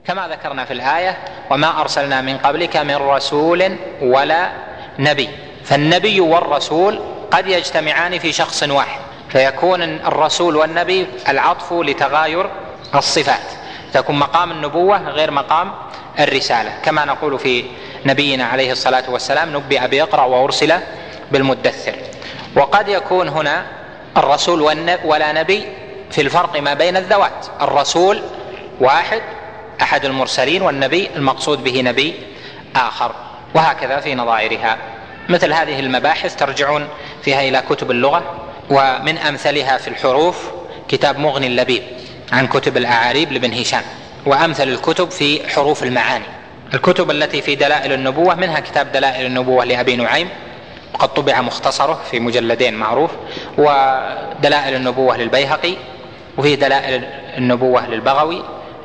كما ذكرنا في الآية: وما أرسلنا من قبلك من رسول ولا نبي. فالنبي والرسول قد يجتمعان في شخص واحد، فيكون الرسول والنبي العطف لتغاير الصفات، تكون مقام النبوة غير مقام الرسالة، كما نقول في نبينا عليه الصلاة والسلام: نبئ بيقرأ وأرسل بالمدثر. وقد يكون هنا الرسول ولا نبي في الفرق ما بين الذوات، الرسول واحد أحد المرسلين، والنبي المقصود به نبي آخر، وهكذا في نظائرها. مثل هذه المباحث ترجعون فيها إلى كتب اللغة، ومن أمثلها في الحروف كتاب مغني اللبيب عن كتب الأعاريب لابن هشام، وأمثل الكتب في حروف المعاني. الكتب التي في دلائل النبوة منها كتاب دلائل النبوة لأبي نعيم، وقد طبع مختصره في مجلدين معروف، ودلائل النبوة للبيهقي، وفي دلائل النبوة للبغوي.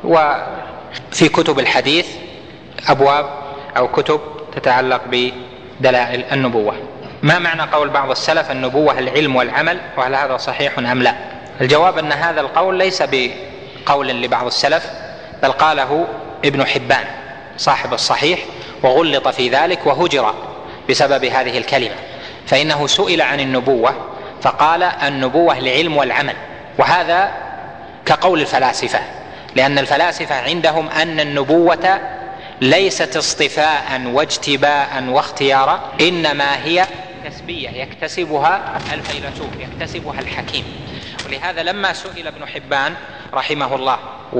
وفي كتب الحديث أبواب أو كتب تتعلق بدلائل النبوة. ما معنى قول بعض السلف: النبوة العلم والعمل، وهل هذا صحيح أم لا؟ الجواب أن هذا القول ليس بقول لبعض السلف، بل قاله ابن حبان صاحب الصحيح، وغلط في ذلك وهجر بسبب هذه الكلمة، فإنه سئل عن النبوة فقال: النبوة العلم والعمل. وهذا كقول الفلاسفة، لأن الفلاسفة عندهم أن النبوة ليست اصطفاء واجتباء واختيارا، إنما هي كسبية يكتسبها الفيلسوف، يكتسبها الحكيم. ولهذا لما سئل ابن حبان رحمه الله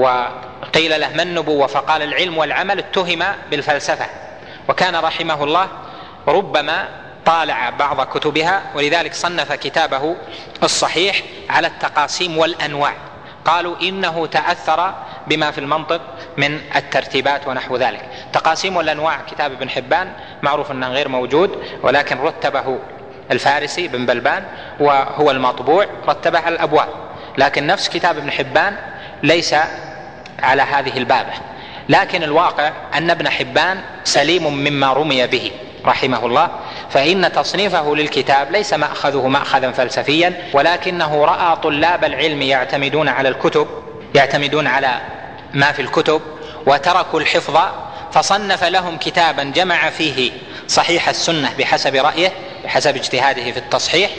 وقيل له: ما النبوة؟ فقال: العلم والعمل، اتهم بالفلسفة. وكان رحمه الله ربما طالع بعض كتبها، ولذلك صنف كتابه الصحيح على التقاسيم والأنواع. قالوا إنه تأثر بما في المنطق من الترتيبات ونحو ذلك. تقاسيم والأنواع كتاب ابن حبان معروف أنه غير موجود، ولكن رتبه الفارسي بن بلبان، وهو المطبوع رتبه على الأبواب، لكن نفس كتاب ابن حبان ليس على هذه البابة. لكن الواقع أن ابن حبان سليم مما رمي به رحمه الله، فإن تصنيفه للكتاب ليس مأخذه مأخذا فلسفيا، ولكنه رأى طلاب العلم يعتمدون على الكتب، يعتمدون على ما في الكتب، وتركوا الحفظ، فصنف لهم كتابا جمع فيه صحيح السنة بحسب رأيه، بحسب اجتهاده في التصحيح،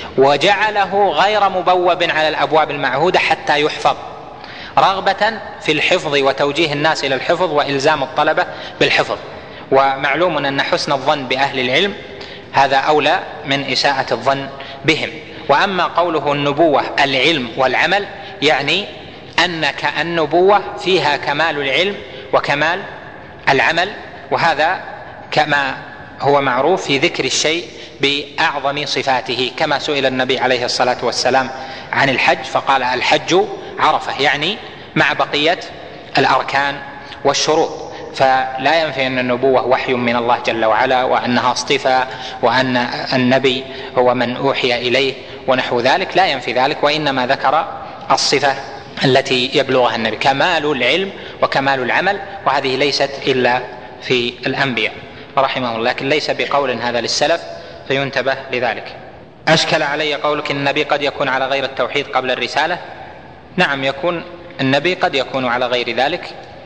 وجعله غير مبوب على الأبواب المعهودة حتى يحفظ، رغبة في الحفظ وتوجيه الناس إلى الحفظ وإلزام الطلبة بالحفظ. ومعلوم أن حسن الظن بأهل العلم هذا أولى من إساءة الظن بهم. وأما قوله النبوة العلم والعمل، يعني أن النبوة فيها كمال العلم وكمال العمل، وهذا كما هو معروف في ذكر الشيء بأعظم صفاته، كما سئل النبي عليه الصلاة والسلام عن الحج فقال: الحج عرفة، يعني مع بقية الأركان والشروط. فلا ينفي أن النبوة وحي من الله جل وعلا، وأنها اصطفاء، وأن النبي هو من أوحي إليه ونحو ذلك، لا ينفي ذلك، وإنما ذكر الصفة التي يبلغها النبي، كمال العلم وكمال العمل، وهذه ليست إلا في الأنبياء رحمه الله، لكن ليس بقول هذا للسلف، فينتبه لذلك. أشكل علي قولك إن النبي قد يكون على غير التوحيد قبل الرسالة. نعم، يكون النبي قد يكون على غير ذلك،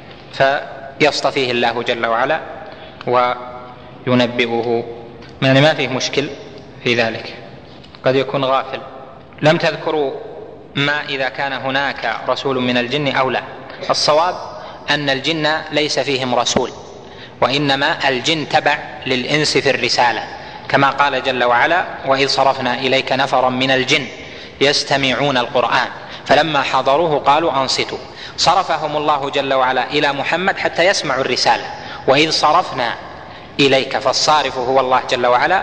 فيصطفيه الله جل وعلا وينبئه، يعني ما فيه مشكل في ذلك. قد يكون غافل. لم تذكروا ما إذا كان هناك رسول من الجن أو لا. الصواب أن الجن ليس فيهم رسول، وإنما الجن تبع للإنس في الرسالة، كما قال جل وعلا: وإذ صرفنا إليك نفرا من الجن يستمعون القرآن فلما حضروه قالوا أنصتوا. صرفهم الله جل وعلا إلى محمد حتى يسمعوا الرسالة. وإذ صرفنا إليك، فالصارف هو الله جل وعلا،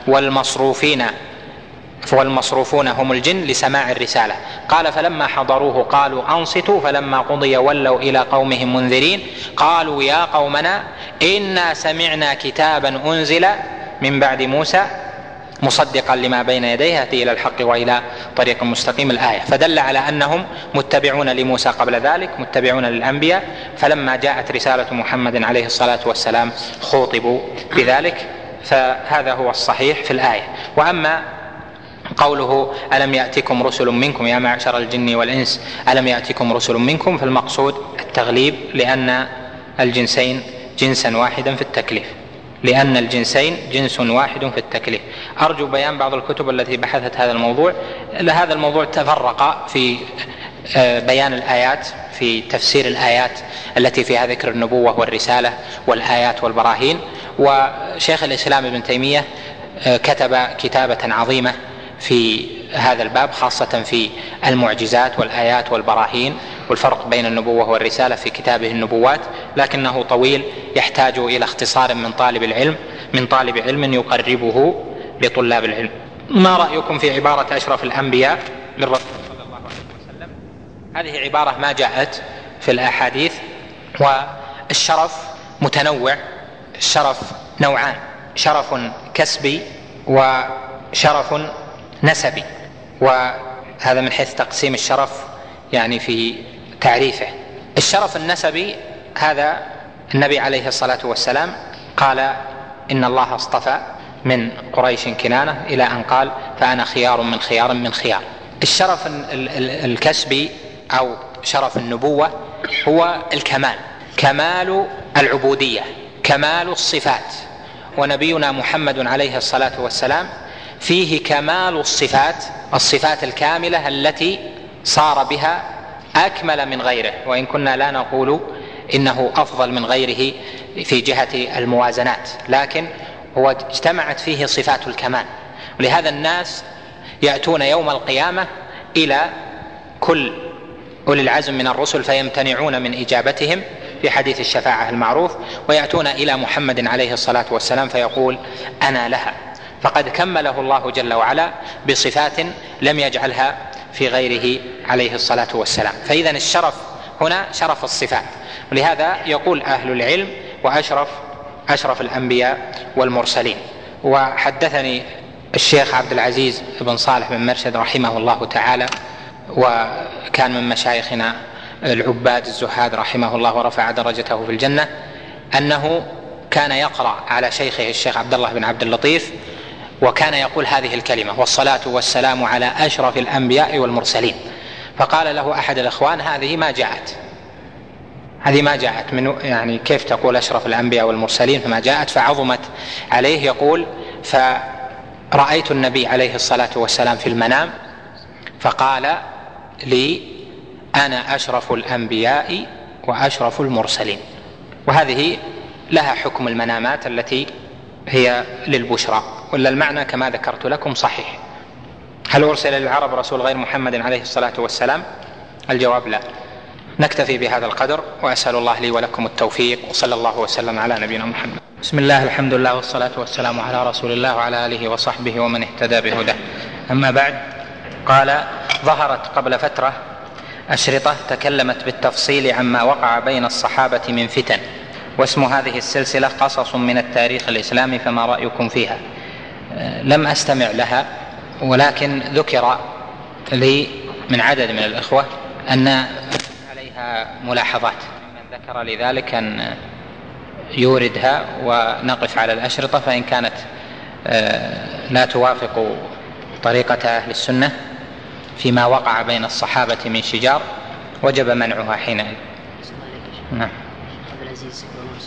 والمصروفون هم الجن لسماع الرسالة. قال: فلما حضروه قالوا أنصتوا فلما قضي ولوا إلى قومهم منذرين قالوا يا قومنا إنا سمعنا كتابا أنزل من بعد موسى مصدقا لما بين يديه يهدي إلى الحق وإلى طريق مستقيم، الآية. فدل على أنهم متبعون لموسى قبل ذلك، متبعون للأنبياء، فلما جاءت رسالة محمد عليه الصلاة والسلام خوطبوا بذلك، فهذا هو الصحيح في الآية. وأما قوله ألم يأتكم رسل منكم يا معشر الجن والإنس ألم يأتكم رسل منكم، فالمقصود التغليب، لأن الجنسين جنسا واحدا في التكليف، لأن الجنسين جنس واحد في التكليف. أرجو بيان بعض الكتب التي بحثت هذا الموضوع. هذا الموضوع تفرق في بيان الآيات، في تفسير الآيات التي فيها ذكر النبوة والرسالة والآيات والبراهين. وشيخ الإسلام ابن تيمية كتب كتابة عظيمة في هذا الباب، خاصة في المعجزات والآيات والبراهين والفرق بين النبوة والرسالة في كتابه النبوات، لكنه طويل يحتاج إلى اختصار من طالب علم يقربه لطلاب العلم. ما رأيكم في عبارة أشرف الأنبياء للرسول صلى الله عليه وسلم؟ هذه عبارة ما جاءت في الأحاديث. والشرف متنوع، الشرف نوعان: شرف كسبي وشرف نسبي. وهذا من حيث تقسيم الشرف يعني في تعريفه. الشرف النسبي هذا النبي عليه الصلاة والسلام قال إن الله اصطفى من قريش كنانة إلى أن قال فأنا خيار من خيار من خيار. الشرف الكسبي أو شرف النبوة هو الكمال، كمال العبودية، كمال الصفات. ونبينا محمد عليه الصلاة والسلام فيه كمال الصفات الكاملة التي صار بها أكمل من غيره، وإن كنا لا نقول إنه أفضل من غيره في جهة الموازنات، لكن هو اجتمعت فيه صفات الكمال. ولهذا الناس يأتون يوم القيامة إلى كل أولي العزم من الرسل فيمتنعون من إجابتهم في حديث الشفاعة المعروف، ويأتون إلى محمد عليه الصلاة والسلام فيقول أنا لها، فقد كمله الله جل وعلا بصفات لم يجعلها في غيره عليه الصلاة والسلام. فإذا الشرف هنا شرف الصفات. ولهذا يقول أهل العلم وأشرف الأنبياء والمرسلين. وحدثني الشيخ عبد العزيز بن صالح بن مرشد رحمه الله تعالى، وكان من مشايخنا العباد الزهاد رحمه الله ورفع درجته في الجنة، أنه كان يقرأ على شيخه الشيخ عبد الله بن عبد اللطيف وكان يقول هذه الكلمة: والصلاة والسلام على أشرف الأنبياء والمرسلين. فقال له أحد الإخوان: هذه ما جاءت من يعني كيف تقول أشرف الأنبياء والمرسلين؟ فما جاءت. فعظمت عليه. يقول: فرأيت النبي عليه الصلاة والسلام في المنام فقال لي أنا أشرف الأنبياء وأشرف المرسلين. وهذه لها حكم المنامات التي هي للبشرى، ولا المعنى كما ذكرت لكم صحيح. هل أرسل للعرب رسول غير محمد عليه الصلاة والسلام؟ الجواب لا. نكتفي بهذا القدر، وأسأل الله لي ولكم التوفيق، وصلى الله وسلم على نبينا محمد. بسم الله، الحمد لله، والصلاة والسلام على رسول الله وعلى آله وصحبه ومن اهتدى بهداه. أما بعد، قال: ظهرت قبل فترة أشرطة تكلمت بالتفصيل عما وقع بين الصحابة من فتن، واسم هذه السلسلة قصص من التاريخ الإسلامي، فما رأيكم فيها؟ لم أستمع لها، ولكن ذكر لي من عدد من الإخوة أن عليها ملاحظات. من ذكر لذلك أن يوردها ونقف على الأشرطة، فإن كانت لا توافق طريقة أهل السنة فيما وقع بين الصحابة من شجار وجب منعها حينئذ. نعم. عبد العزيز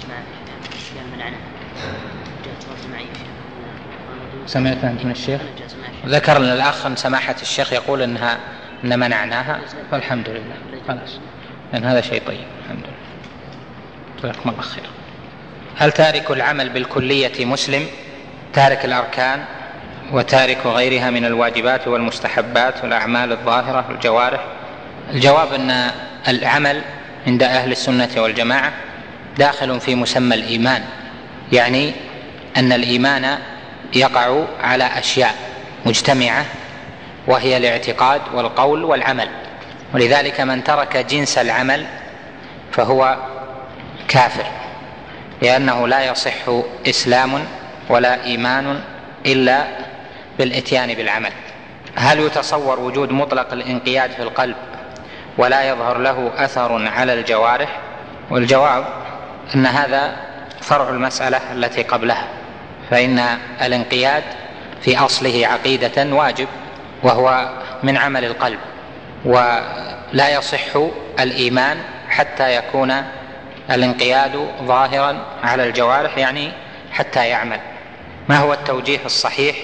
سمعت أنت من الشيخ؟ ذكر لنا الأخ أن سماحة الشيخ يقول إن منعناها، فالحمد لله، خلاص، لأن هذا شيء طيب، الحمد لله، جزاكم الله خير. هل تارك العمل بالكلية مسلم؟ تارك الأركان وتارك غيرها من الواجبات والمستحبات والأعمال الظاهرة والجوارح؟ الجواب أن العمل عند أهل السنة والجماعة داخل في مسمى الإيمان، يعني أن الإيمان يقع على أشياء مجتمعة، وهي الاعتقاد والقول والعمل. ولذلك من ترك جنس العمل فهو كافر، لأنه لا يصح إسلام ولا إيمان إلا بالإتيان بالعمل. هل يتصور وجود مطلق الانقياد في القلب ولا يظهر له أثر على الجوارح؟ والجواب أن هذا فرع المسألة التي قبلها، فإن الانقياد في أصله عقيدة واجب، وهو من عمل القلب، ولا يصح الإيمان حتى يكون الانقياد ظاهرا على الجوارح يعني حتى يعمل. ما هو التوجيه الصحيح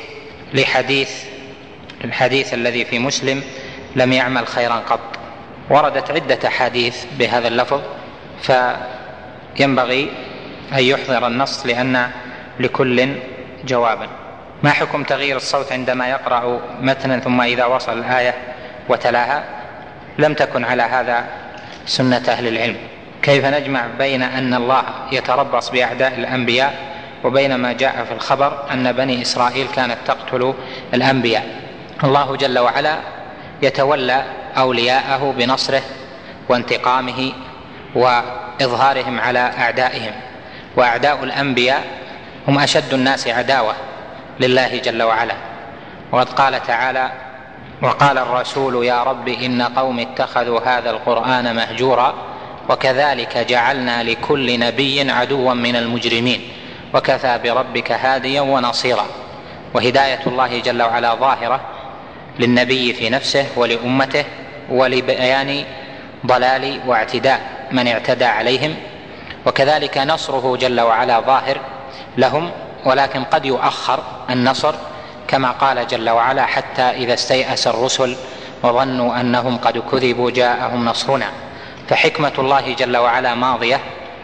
للحديث الذي في مسلم لم يعمل خيرا قط؟ وردت عدة أحاديث بهذا اللفظ، فينبغي أن يحضر النص لأن لكل جوابا. ما حكم تغيير الصوت عندما يقرأ متنا ثم إذا وصل الآية وتلاها؟ لم تكن على هذا سنة أهل العلم. كيف نجمع بين أن الله يتربص بأعداء الأنبياء وبين ما جاء في الخبر أن بني إسرائيل كانت تقتل الأنبياء؟ الله جل وعلا يتولى أولياءه بنصره وانتقامه وإظهارهم على أعدائهم، وأعداء الأنبياء هم أشد الناس عداوة لله جل وعلا. وقد قال تعالى: وقال الرسول يا رب إن قوم اتخذوا هذا القرآن مهجورا وكذلك جعلنا لكل نبي عدوا من المجرمين وكفى بربك هاديا ونصيرا. وهداية الله جل وعلا ظاهرة للنبي في نفسه ولأمته ولبيان ضلال واعتداء من اعتدى عليهم، وكذلك نصره جل وعلا ظاهر لهم، ولكن قد يؤخر النصر كما قال جل وعلا: حتى إذا استيأس الرسل وظنوا أنهم قد كذبوا جاءهم نصرنا. فحكمة الله جل وعلا ماضية،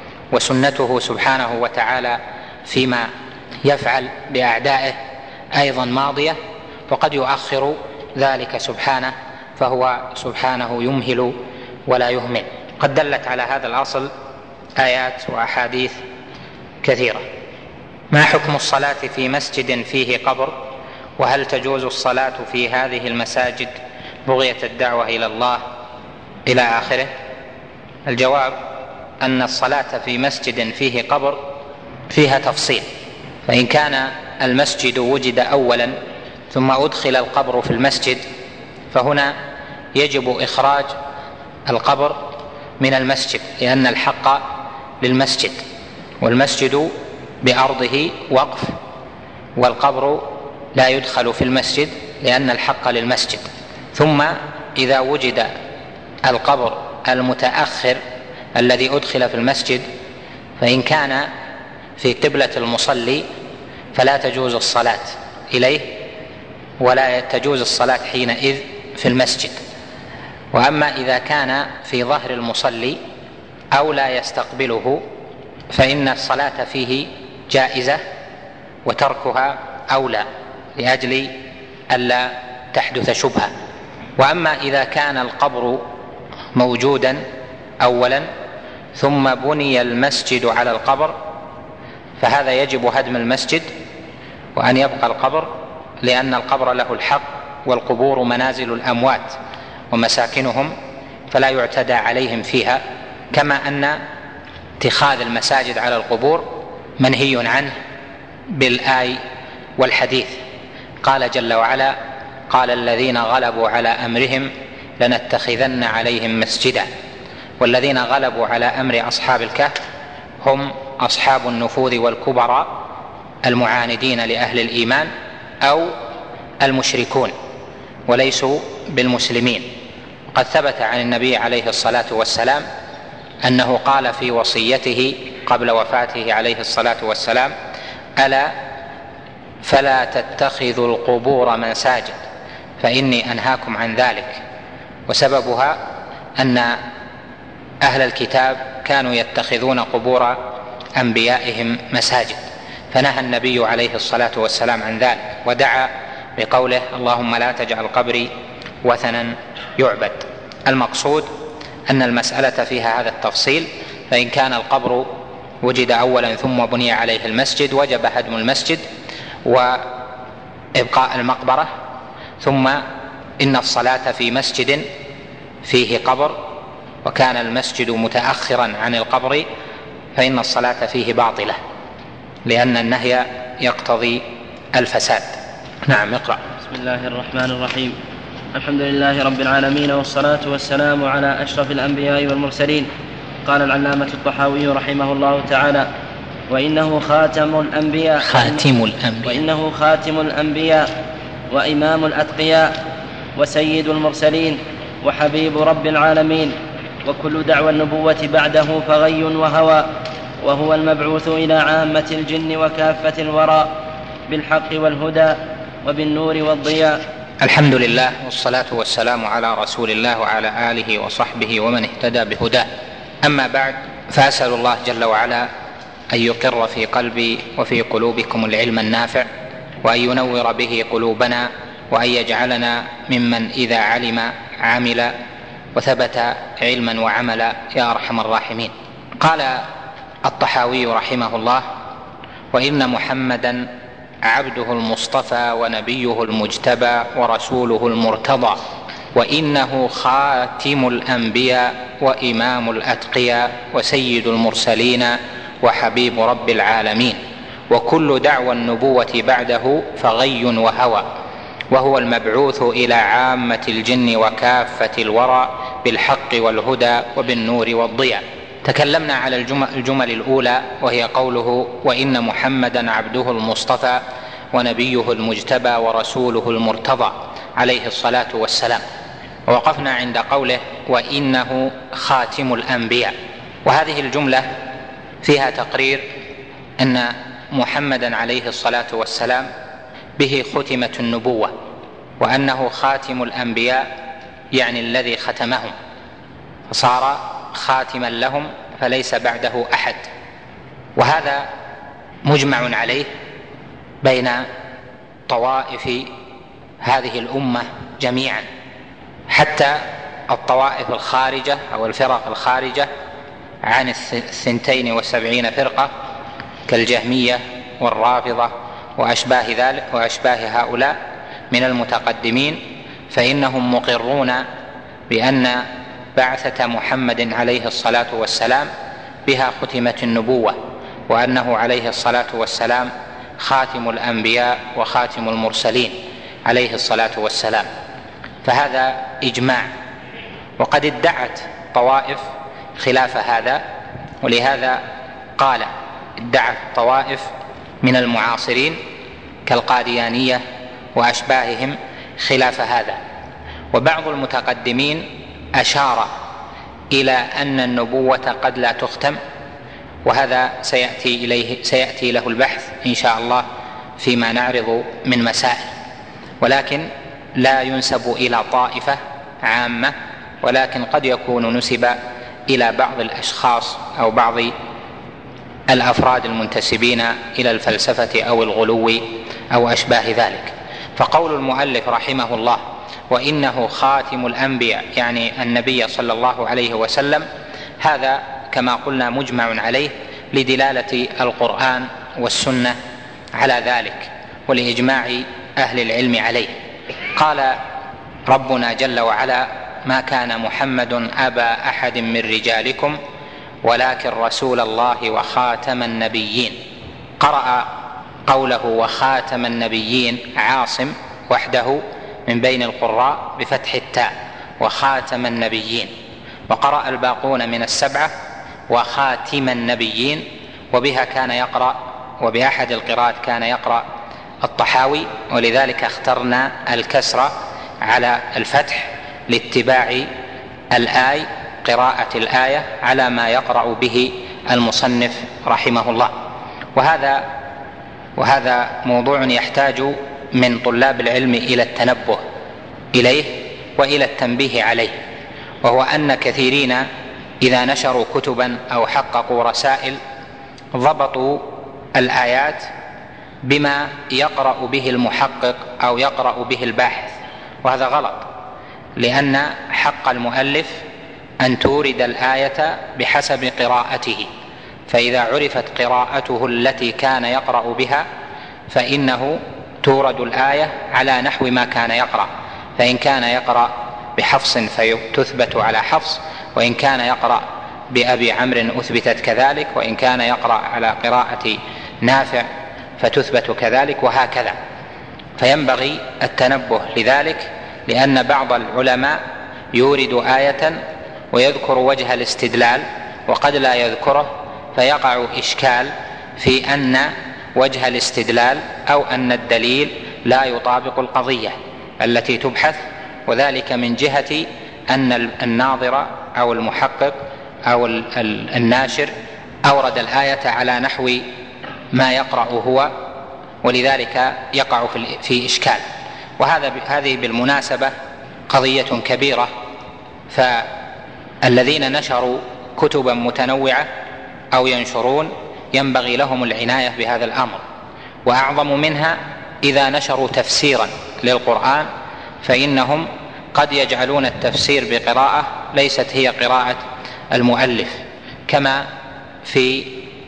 وسنته سبحانه وتعالى فيما يفعل بأعدائه أيضا ماضية، وقد يؤخر ذلك سبحانه، فهو سبحانه يمهل ولا يهمل. قد دلت على هذا الأصل آيات وأحاديث كثيرة. ما حكم الصلاة في مسجد فيه قبر؟ وهل تجوز الصلاة في هذه المساجد بغية الدعوة إلى الله إلى آخره؟ الجواب أن الصلاة في مسجد فيه قبر فيها تفصيل، فإن كان المسجد وجد أولا ثم أدخل القبر في المسجد فهنا يجب إخراج القبر من المسجد، لأن الحق للمسجد، والمسجد بأرضه وقف، والقبر لا يدخل في المسجد لأن الحق للمسجد. ثم إذا وجد القبر المتأخر الذي أدخل في المسجد فإن كان في قبلة المصلي فلا تجوز الصلاة إليه، ولا تجوز الصلاة حينئذ في المسجد. وأما إذا كان في ظهر المصلي أو لا يستقبله فإن الصلاة فيه جائزة وتركها أولى لأجل ألا تحدث شبهة. وأما إذا كان القبر موجودا أولا ثم بني المسجد على القبر فهذا يجب هدم المسجد وأن يبقى القبر، لأن القبر له الحق، والقبور منازل الأموات ومساكنهم فلا يعتدى عليهم فيها، كما أن اتخاذ المساجد على القبور منهي عنه بالآي والحديث. قال جل وعلا: قال الذين غلبوا على أمرهم لنتخذن عليهم مسجدا. والذين غلبوا على أمر أصحاب الكهف هم أصحاب النفوذ والكبراء المعاندين لأهل الإيمان أو المشركون وليسوا بالمسلمين. قد ثبت عن النبي عليه الصلاة والسلام أنه قال في وصيته قبل وفاته عليه الصلاة والسلام: ألا فلا تتخذوا القبور مساجد فإني أنهاكم عن ذلك. وسببها أن أهل الكتاب كانوا يتخذون قبور أنبيائهم مساجد، فنهى النبي عليه الصلاة والسلام عن ذلك، ودعا بقوله: اللهم لا تجعل قبري وثنا يعبد. المقصود أن المسألة فيها هذا التفصيل، فإن كان القبر وجد أولا ثم بني عليه المسجد وجب هدم المسجد وإبقاء المقبرة. ثم إن الصلاة في مسجد فيه قبر وكان المسجد متأخرا عن القبر فإن الصلاة فيه باطلة، لأن النهي يقتضي الفساد. نعم، اقرأ. بسم الله الرحمن الرحيم. الحمد لله رب العالمين، والصلاة والسلام على أشرف الأنبياء والمرسلين. قال العلامة الطحاوي رحمه الله تعالى: وإنه خاتم الأنبياء وإمام الأتقياء وسيد المرسلين وحبيب رب العالمين، وكل دعوى النبوة بعده فغي وهوى، وهو المبعوث إلى عامة الجن وكافة الورى بالحق والهدى وبالنور والضياء. الحمد لله والصلاة والسلام على رسول الله وعلى آله وصحبه ومن اهتدى بهداه. أما بعد، فأسأل الله جل وعلا أن يقر في قلبي وفي قلوبكم العلم النافع، وأن ينور به قلوبنا، وأن يجعلنا ممن إذا علم عمل وثبت علما وعملا يا أرحم الراحمين. قال الطحاوي رحمه الله: وإن محمدا عبده المصطفى ونبيه المجتبى ورسوله المرتضى، وإنه خاتم الأنبياء وإمام الأتقياء وسيد المرسلين وحبيب رب العالمين، وكل دعوى النبوة بعده فغي وهوى، وهو المبعوث إلى عامة الجن وكافة الورى بالحق والهدى وبالنور والضياء. تكلمنا على الجمل الأولى، وهي قوله: وإن محمدا عبده المصطفى ونبيه المجتبى ورسوله المرتضى عليه الصلاة والسلام، ووقفنا عند قوله: وإنه خاتم الأنبياء. وهذه الجملة فيها تقرير أن محمدا عليه الصلاة والسلام به ختمت النبوة، وأنه خاتم الأنبياء يعني الذي ختمهم، فصار خاتما لهم فليس بعده أحد. وهذا مجمع عليه بين طوائف هذه الأمة جميعا، حتى الطوائف الخارجة أو الفرق الخارجة عن 72 فرقة كالجهمية والرافضة وأشباه ذلك وأشباه هؤلاء من المتقدمين، فإنهم مقرون بأن بعثة محمد عليه الصلاة والسلام بها ختمت النبوة، وأنه عليه الصلاة والسلام خاتم الأنبياء وخاتم المرسلين عليه الصلاة والسلام. فهذا إجماع. وقد ادعت طوائف خلاف هذا، ولهذا قال: ادعت طوائف من المعاصرين كالقاديانية وأشباههم خلاف هذا. وبعض المتقدمين أشار إلى أن النبوة قد لا تختم، وهذا سيأتي له البحث إن شاء الله فيما نعرض من مسائل، ولكن لا ينسب إلى طائفة عامة، ولكن قد يكون نسب إلى بعض الأشخاص أو بعض الأفراد المنتسبين إلى الفلسفة أو الغلو أو أشباه ذلك. فقول المؤلف رحمه الله: وإنه خاتم الأنبياء يعني النبي صلى الله عليه وسلم، هذا كما قلنا مجمع عليه لدلالة القرآن والسنة على ذلك ولإجماع أهل العلم عليه. قال ربنا جل وعلا: ما كان محمد أبا أحد من رجالكم ولكن رسول الله وخاتم النبيين. قرأ قوله وخاتم النبيين عاصم وحده من بين القراء بفتح التاء، وخاتم النبيين، وقرأ الباقون من السبعة وخاتم النبيين، وبها كان يقرأ، وبأحد القراءات كان يقرأ الطحاوي، ولذلك اخترنا الكسر على الفتح لاتباع الآية، قراءة الآية على ما يقرأ به المصنف رحمه الله. وهذا موضوع يحتاج من طلاب العلم إلى التنبه إليه وإلى التنبيه عليه، وهو أن كثيرين إذا نشروا كتبا أو حققوا رسائل ضبطوا الآيات بما يقرأ به المحقق أو يقرأ به الباحث، وهذا غلط، لأن حق المؤلف أن تورد الآية بحسب قراءته، فإذا عرفت قراءته التي كان يقرأ بها فإنه تورد الآية على نحو ما كان يقرأ، فإن كان يقرأ بحفص فتثبت على حفص، وإن كان يقرأ بأبي عمرو أثبتت كذلك، وإن كان يقرأ على قراءة نافع فتثبت كذلك، وهكذا. فينبغي التنبه لذلك، لأن بعض العلماء يورد آية ويذكر وجه الاستدلال وقد لا يذكره، فيقع إشكال في أن وجه الاستدلال أو أن الدليل لا يطابق القضية التي تبحث، وذلك من جهة أن الناظر أو المحقق أو الناشر أورد الآية على نحو ما يقرأ هو، ولذلك يقع في إشكال. هذه بالمناسبة قضية كبيرة، فالذين نشروا كتبا متنوعة أو ينشرون ينبغي لهم العناية بهذا الأمر، وأعظم منها إذا نشروا تفسيرا للقرآن فإنهم قد يجعلون التفسير بقراءة ليست هي قراءة المؤلف، كما في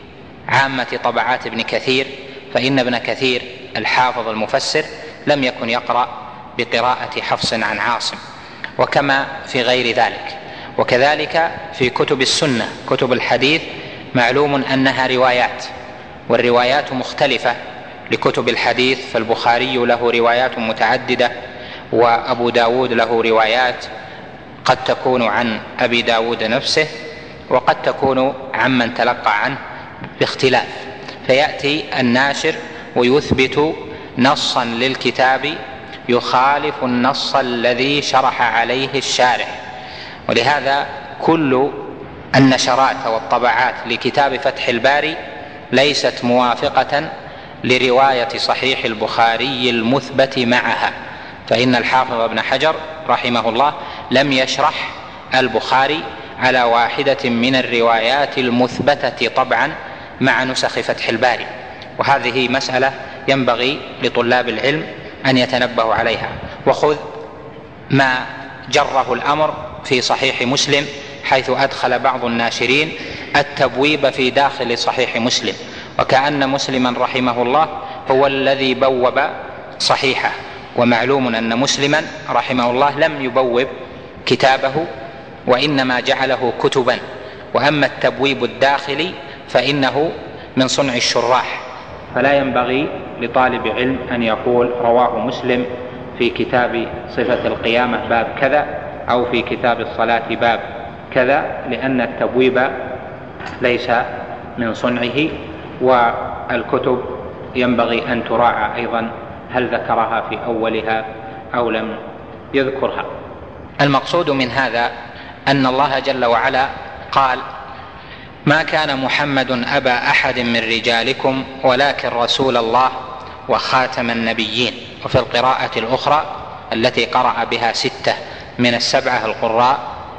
عامة طبعات ابن كثير، فإن ابن كثير الحافظ المفسر لم يكن يقرأ بقراءة حفص عن عاصم، وكما في غير ذلك. وكذلك في كتب السنة، كتب الحديث معلوم أنها روايات، والروايات مختلفة لكتب الحديث، فالبخاري له روايات متعددة، وأبو داود له روايات قد تكون عن أبي داود نفسه وقد تكون عمن تلقى عنه باختلاف، فيأتي الناشر ويثبت نصا للكتاب يخالف النص الذي شرح عليه الشارح. ولهذا كل النشرات والطبعات لكتاب فتح الباري ليست موافقة لرواية صحيح البخاري المثبت معها، فإن الحافظ ابن حجر رحمه الله لم يشرح البخاري على واحدة من الروايات المثبتة طبعا مع نسخ فتح الباري، وهذه مسألة ينبغي لطلاب العلم أن يتنبهوا عليها. وخذ ما جره الأمر في صحيح مسلم، حيث أدخل بعض الناشرين التبويب في داخل صحيح مسلم، وكأن مسلما رحمه الله هو الذي بوب صحيحه، ومعلوم أن مسلما رحمه الله لم يبوب كتابه وإنما جعله كتبا، وأما التبويب الداخلي فإنه من صنع الشراح، فلا ينبغي لطالب علم أن يقول رواه مسلم في كتاب صفة القيامة باب كذا أو في كتاب الصلاة باب كذا، لأن التبويب ليس من صنعه، والكتب ينبغي أن تراعى أيضا هل ذكرها في أولها أو لم يذكرها. المقصود من هذا أن الله جل وعلا قال: ما كان محمد أبا أحد من رجالكم ولكن رسول الله وخاتم النبيين. وفي القراءة الأخرى التي قرأ بها 6 من 7 القراء: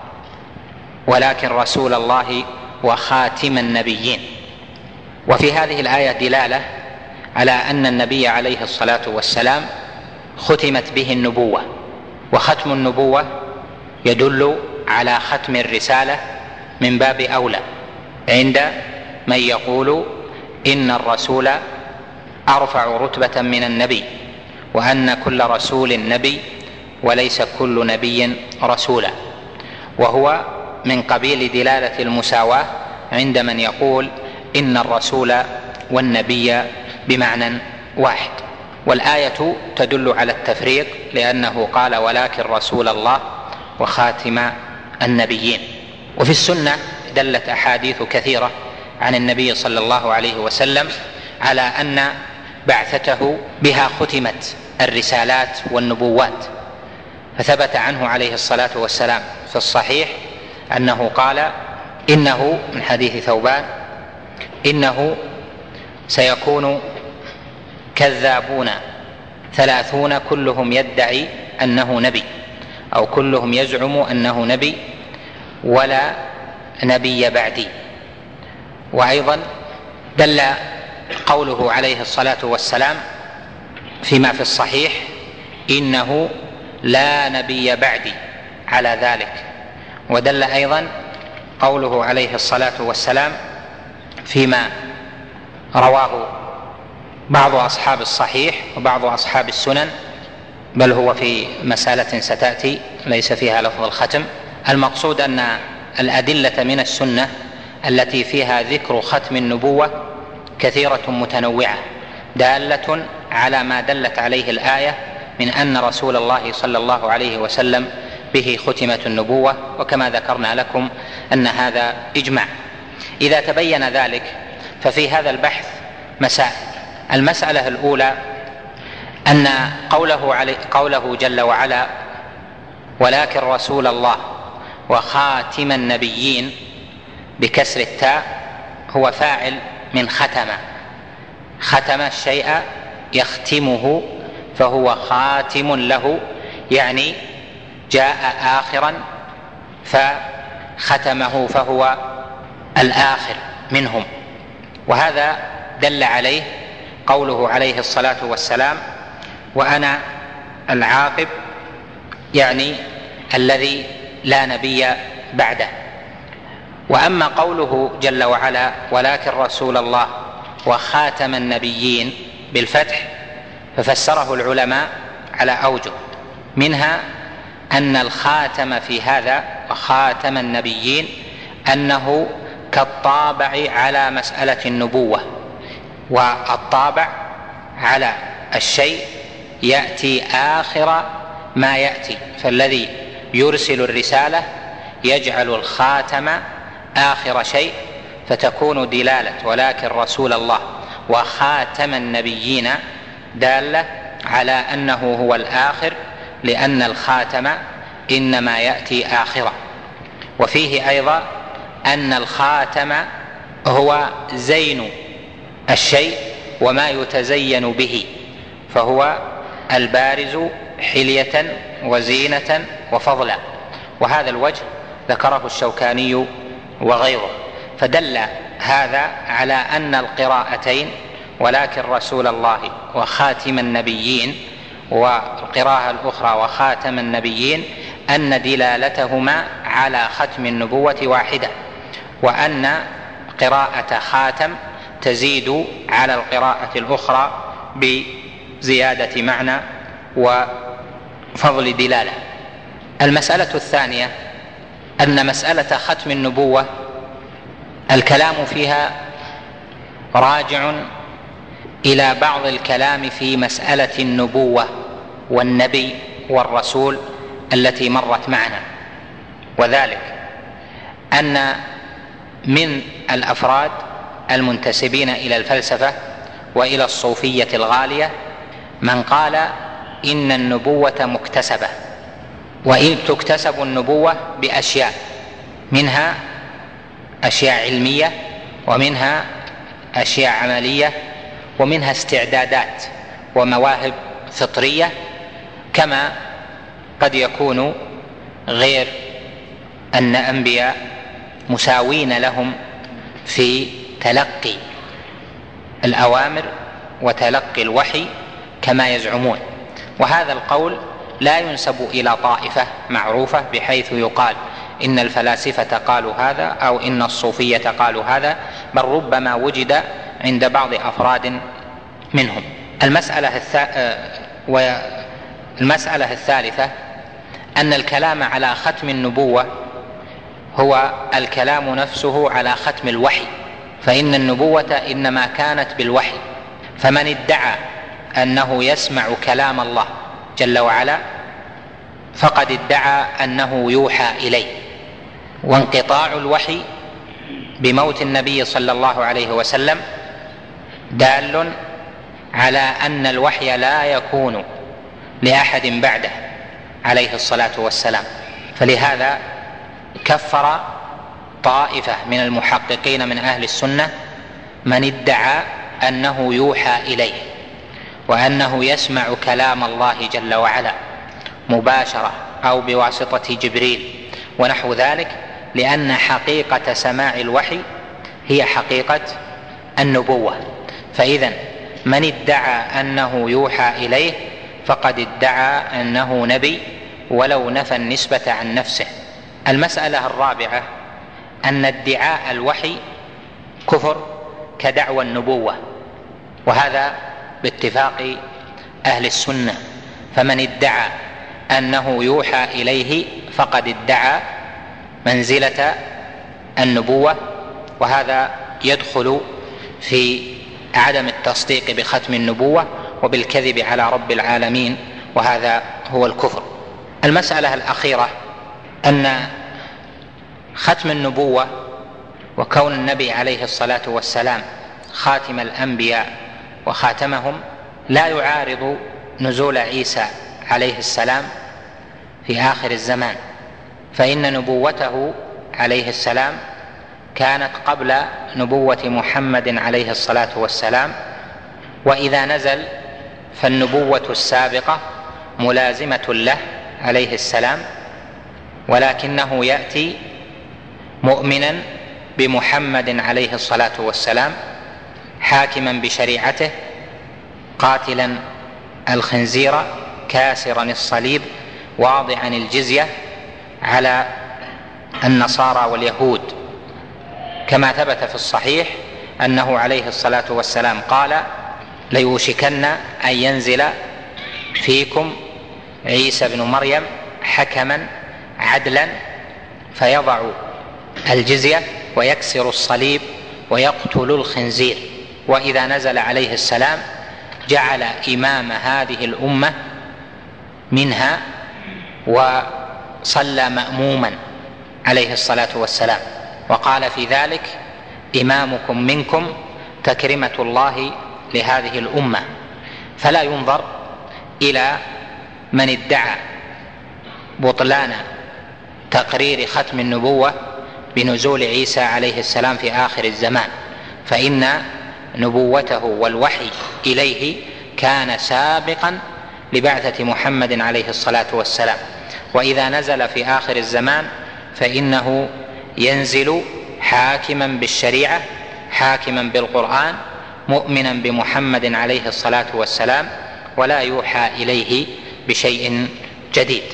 ولكن رسول الله وخاتم النبيين. وفي هذه الآية دلالة على أن النبي عليه الصلاة والسلام ختمت به النبوة، وختم النبوة يدل على ختم الرسالة من باب أولى عند من يقول إن الرسول أرفع رتبة من النبي، وأن كل رسول نبي وليس كل نبي رسولا، وهو من قبيل دلالة المساواة عند من يقول إن الرسول والنبي بمعنى واحد. والآية تدل على التفريق، لأنه قال: ولكن رسول الله وخاتم النبيين. وفي السنة دلت أحاديث كثيرة عن النبي صلى الله عليه وسلم على أن بعثته بها ختمت الرسالات والنبوات، فثبت عنه عليه الصلاة والسلام في الصحيح أنه قال: إنه من حديث ثوبان: إنه سيكون كذابون 30 كلهم يدعي أنه نبي، أو كلهم يزعم أنه نبي ولا نبي بعدي. وأيضا دل قوله عليه الصلاة والسلام فيما في الصحيح: إنه لا نبي بعدي على ذلك. ودل أيضا قوله عليه الصلاة والسلام فيما رواه بعض أصحاب الصحيح وبعض أصحاب السنن، بل هو في مسألة ستأتي ليس فيها لفظ الختم. المقصود أن الأدلة من السنة التي فيها ذكر ختم النبوة كثيرة متنوعة، دالة على ما دلت عليه الآية من أن رسول الله صلى الله عليه وسلم به ختمت النبوة، وكما ذكرنا لكم أن هذا إجماع. إذا تبين ذلك ففي هذا البحث مسائل. المسألة الأولى أن قوله جل وعلا: ولكن رسول الله وخاتم النبيين بكسر التاء هو فاعل من ختم. ختم الشيء يختمه فهو خاتم له، يعني جاء آخرا فختمه فهو الآخر منهم. وهذا دل عليه قوله عليه الصلاة والسلام: وأنا العاقب، يعني الذي لا نبي بعده. وأما قوله جل وعلا: ولكن رسول الله وخاتم النبيين بالفتح، ففسره العلماء على أوجه، منها أن الخاتم في هذا وخاتم النبيين أنه كالطابع على مسألة النبوة، والطابع على الشيء يأتي آخر ما يأتي، فالذي يرسل الرسالة يجعل الخاتم آخر شيء، فتكون دلالة ولكن رسول الله وخاتم النبيين دالة على أنه هو الآخر، لأن الخاتم إنما يأتي آخرا. وفيه أيضا أن الخاتم هو زين الشيء وما يتزين به، فهو البارز حلية وزينة وفضلا. وهذا الوجه ذكره الشوكاني وغيره، فدل هذا على أن القراءتين ولكن رسول الله وخاتم النبيين، والقراءة الأخرى وخاتم النبيين، أن دلالتهما على ختم النبوة واحدة، وأن قراءة خاتم تزيد على القراءة الأخرى بزيادة معنى وفضل دلالة. المسألة الثانية أن مسألة ختم النبوة الكلام فيها راجع إلى بعض الكلام في مسألة النبوة والنبي والرسول التي مرت معنا، وذلك أن من الأفراد المنتسبين إلى الفلسفة وإلى الصوفية الغالية من قال إن النبوة مكتسبة، وإن تكتسب النبوة بأشياء، منها أشياء علمية، ومنها أشياء عملية، ومنها استعدادات ومواهب فطرية، كما قد يكون غير أن أنبياء مساوين لهم في تلقي الأوامر وتلقي الوحي كما يزعمون. وهذا القول لا ينسب إلى طائفة معروفة بحيث يقال إن الفلاسفة قالوا هذا أو إن الصوفية قالوا هذا، بل ربما وجد عند بعض أفراد منهم. المسألة الثالثة أن الكلام على ختم النبوة هو الكلام نفسه على ختم الوحي، فإن النبوة إنما كانت بالوحي، فمن ادعى أنه يسمع كلام الله جل وعلا فقد ادعى أنه يوحى إليه. وانقطاع الوحي بموت النبي صلى الله عليه وسلم دال على أن الوحي لا يكون لأحد بعده عليه الصلاة والسلام. فلهذا كفر طائفة من المحققين من أهل السنة من ادعى أنه يوحى إليه وأنه يسمع كلام الله جل وعلا مباشرة أو بواسطة جبريل ونحو ذلك، لأن حقيقة سماع الوحي هي حقيقة النبوة. فإذن من ادعى أنه يوحى إليه فقد ادعى أنه نبي ولو نفى النسبة عن نفسه. المسألة الرابعة أن ادعاء الوحي كفر كدعوى النبوة، وهذا باتفاق أهل السنة، فمن ادعى أنه يوحى إليه فقد ادعى منزلة النبوة، وهذا يدخل في عدم التصديق بختم النبوة وبالكذب على رب العالمين، وهذا هو الكفر. المسألة الأخيرة أن ختم النبوة وكون النبي عليه الصلاة والسلام خاتم الأنبياء وخاتمهم لا يعارض نزول عيسى عليه السلام في آخر الزمان، فإن نبوته عليه السلام كانت قبل نبوة محمد عليه الصلاة والسلام، وإذا نزل فالنبوة السابقة ملازمة له عليه السلام، ولكنه يأتي مؤمنا بمحمد عليه الصلاة والسلام، حاكما بشريعته، قاتلا الخنزير، كاسرا الصليب، واضعا الجزية على النصارى واليهود، كما ثبت في الصحيح أنه عليه الصلاة والسلام قال: ليوشكن أن ينزل فيكم عيسى بن مريم حكما عدلا فيضع الجزية ويكسر الصليب ويقتل الخنزير. وإذا نزل عليه السلام جعل إمام هذه الأمة منها وصلى مأموما عليه الصلاة والسلام، وقال في ذلك: إمامكم منكم تكرمة الله لهذه الأمة. فلا ينظر إلى من ادعى بطلان تقرير ختم النبوة بنزول عيسى عليه السلام في آخر الزمان، فإن نبوته والوحي إليه كان سابقا لبعثة محمد عليه الصلاة والسلام. وإذا نزل في آخر الزمان فإنه ينزل حاكما بالشريعة، حاكما بالقرآن، مؤمنا بمحمد عليه الصلاة والسلام، ولا يوحى إليه بشيء جديد.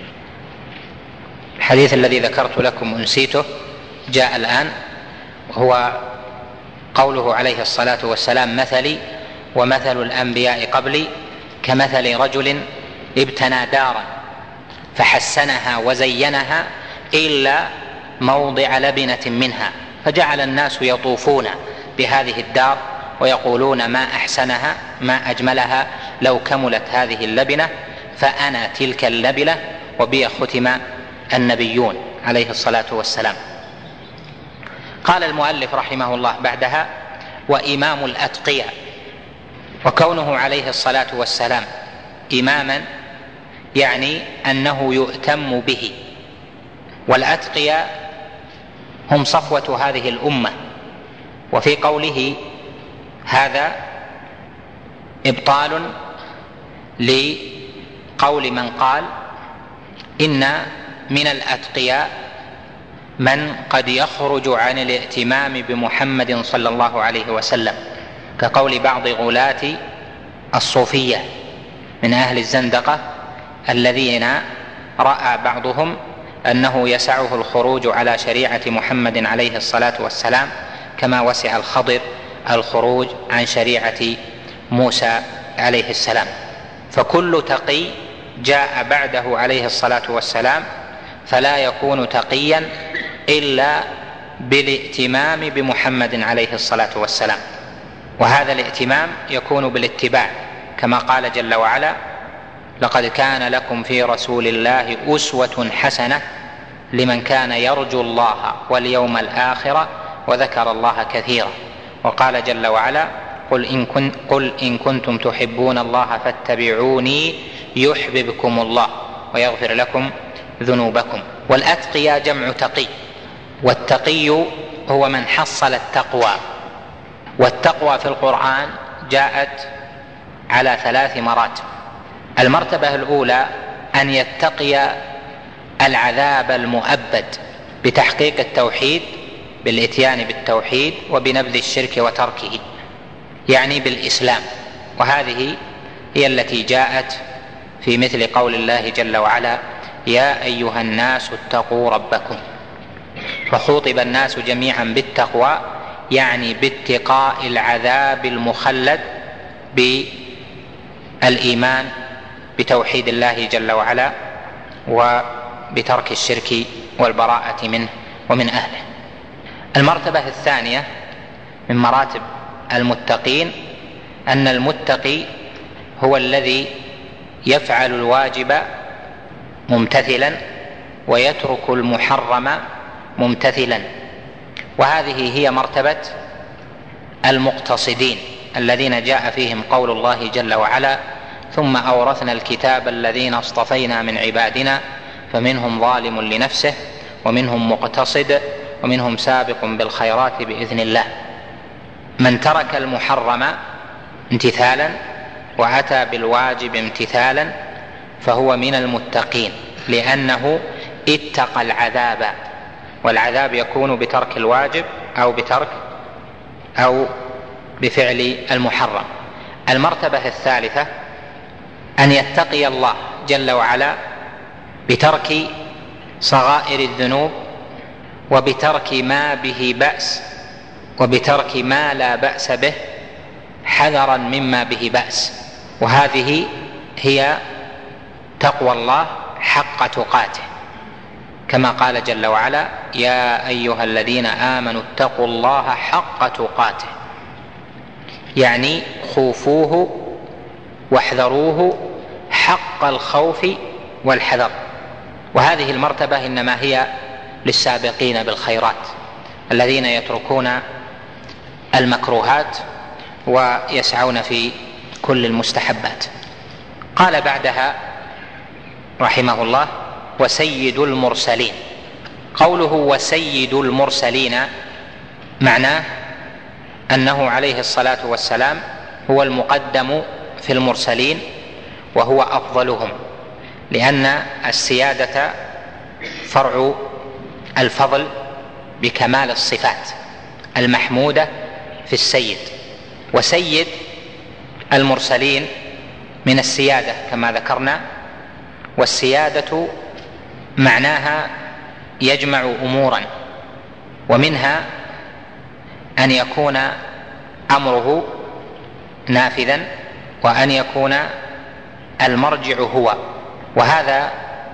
الحديث الذي ذكرت لكم ونسيته جاء الآن، وهو قوله عليه الصلاة والسلام: مثلي ومثل الأنبياء قبلي كمثل رجل ابتنى دارا فحسنها وزينها إلا موضع لبنة منها، فجعل الناس يطوفون بهذه الدار ويقولون: ما أحسنها، ما أجملها، لو كملت هذه اللبنة فأنا تلك اللبنة وبي ختم النبيون عليه الصلاة والسلام. قال المؤلف رحمه الله بعدها: وإمام الأتقياء. وكونه عليه الصلاة والسلام إماما يعني أنه يؤتم به، والأتقياء هم صفوة هذه الأمة. وفي قوله هذا إبطال لقول من قال إن من الأتقياء من قد يخرج عن الائتمام بمحمد صلى الله عليه وسلم، كقول بعض غلاة الصوفية من أهل الزندقة الذين رأى بعضهم أنه يسعه الخروج على شريعة محمد عليه الصلاة والسلام كما وسع الخضر الخروج عن شريعة موسى عليه السلام. فكل تقي جاء بعده عليه الصلاة والسلام فلا يكون تقيا إلا بالائتمام بمحمد عليه الصلاة والسلام، وهذا الائتمام يكون بالاتباع، كما قال جل وعلا: لقد كان لكم في رسول الله أسوة حسنة لمن كان يرجو الله واليوم الآخر وذكر الله كثيرا. وقال جل وعلا: قل إن كنتم تحبون الله فاتبعوني يحببكم الله ويغفر لكم ذنوبكم. والأتقياء جمع تقي، والتقي هو من حصل التقوى. والتقوى في القرآن جاءت على 3 مراتب. المرتبة الأولى أن يتقي العذاب المؤبد بتحقيق التوحيد، بالإتيان بالتوحيد وبنبذ الشرك وتركه، يعني بالإسلام. وهذه هي التي جاءت في مثل قول الله جل وعلا: يا أيها الناس اتقوا ربكم. فخوطب الناس جميعا بالتقوى، يعني باتقاء العذاب المخلد بالإيمان بتوحيد الله جل وعلا وبترك الشرك والبراءة منه ومن أهله. المرتبة الثانية من مراتب المتقين أن المتقي هو الذي يفعل الواجب ممتثلا ويترك المحرم ممتثلا، وهذه هي مرتبة المقتصدين الذين جاء فيهم قول الله جل وعلا: ثم أورثنا الكتاب الذين اصطفينا من عبادنا فمنهم ظالم لنفسه ومنهم مقتصد ومنهم سابق بالخيرات بإذن الله. من ترك المحرم امتثالا وأتى بالواجب امتثالا فهو من المتقين، لأنه اتقى العذاب، والعذاب يكون بترك الواجب أو بفعل المحرم. المرتبة الثالثة أن يتقي الله جل وعلا بترك صغائر الذنوب وبترك ما به بأس وبترك ما لا بأس به حذرا مما به بأس، وهذه هي تقوى الله حق تقاته، كما قال جل وعلا: يا أيها الذين آمنوا اتقوا الله حق تقاته، يعني خوفوه واحذروه حق الخوف والحذر. وهذه المرتبة إنما هي للسابقين بالخيرات الذين يتركون المكروهات ويسعون في كل المستحبات. قال بعدها رحمه الله: وسيد المرسلين. قوله وسيد المرسلين معناه أنه عليه الصلاة والسلام هو المقدم في المرسلين وهو أفضلهم، لأن السيادة فرع الفضل بكمال الصفات المحمودة في السيد. وسيد المرسلين من السيادة كما ذكرنا، والسيادة معناها يجمع أمورا، ومنها أن يكون أمره نافذا وأن يكون المرجع هو. وهذا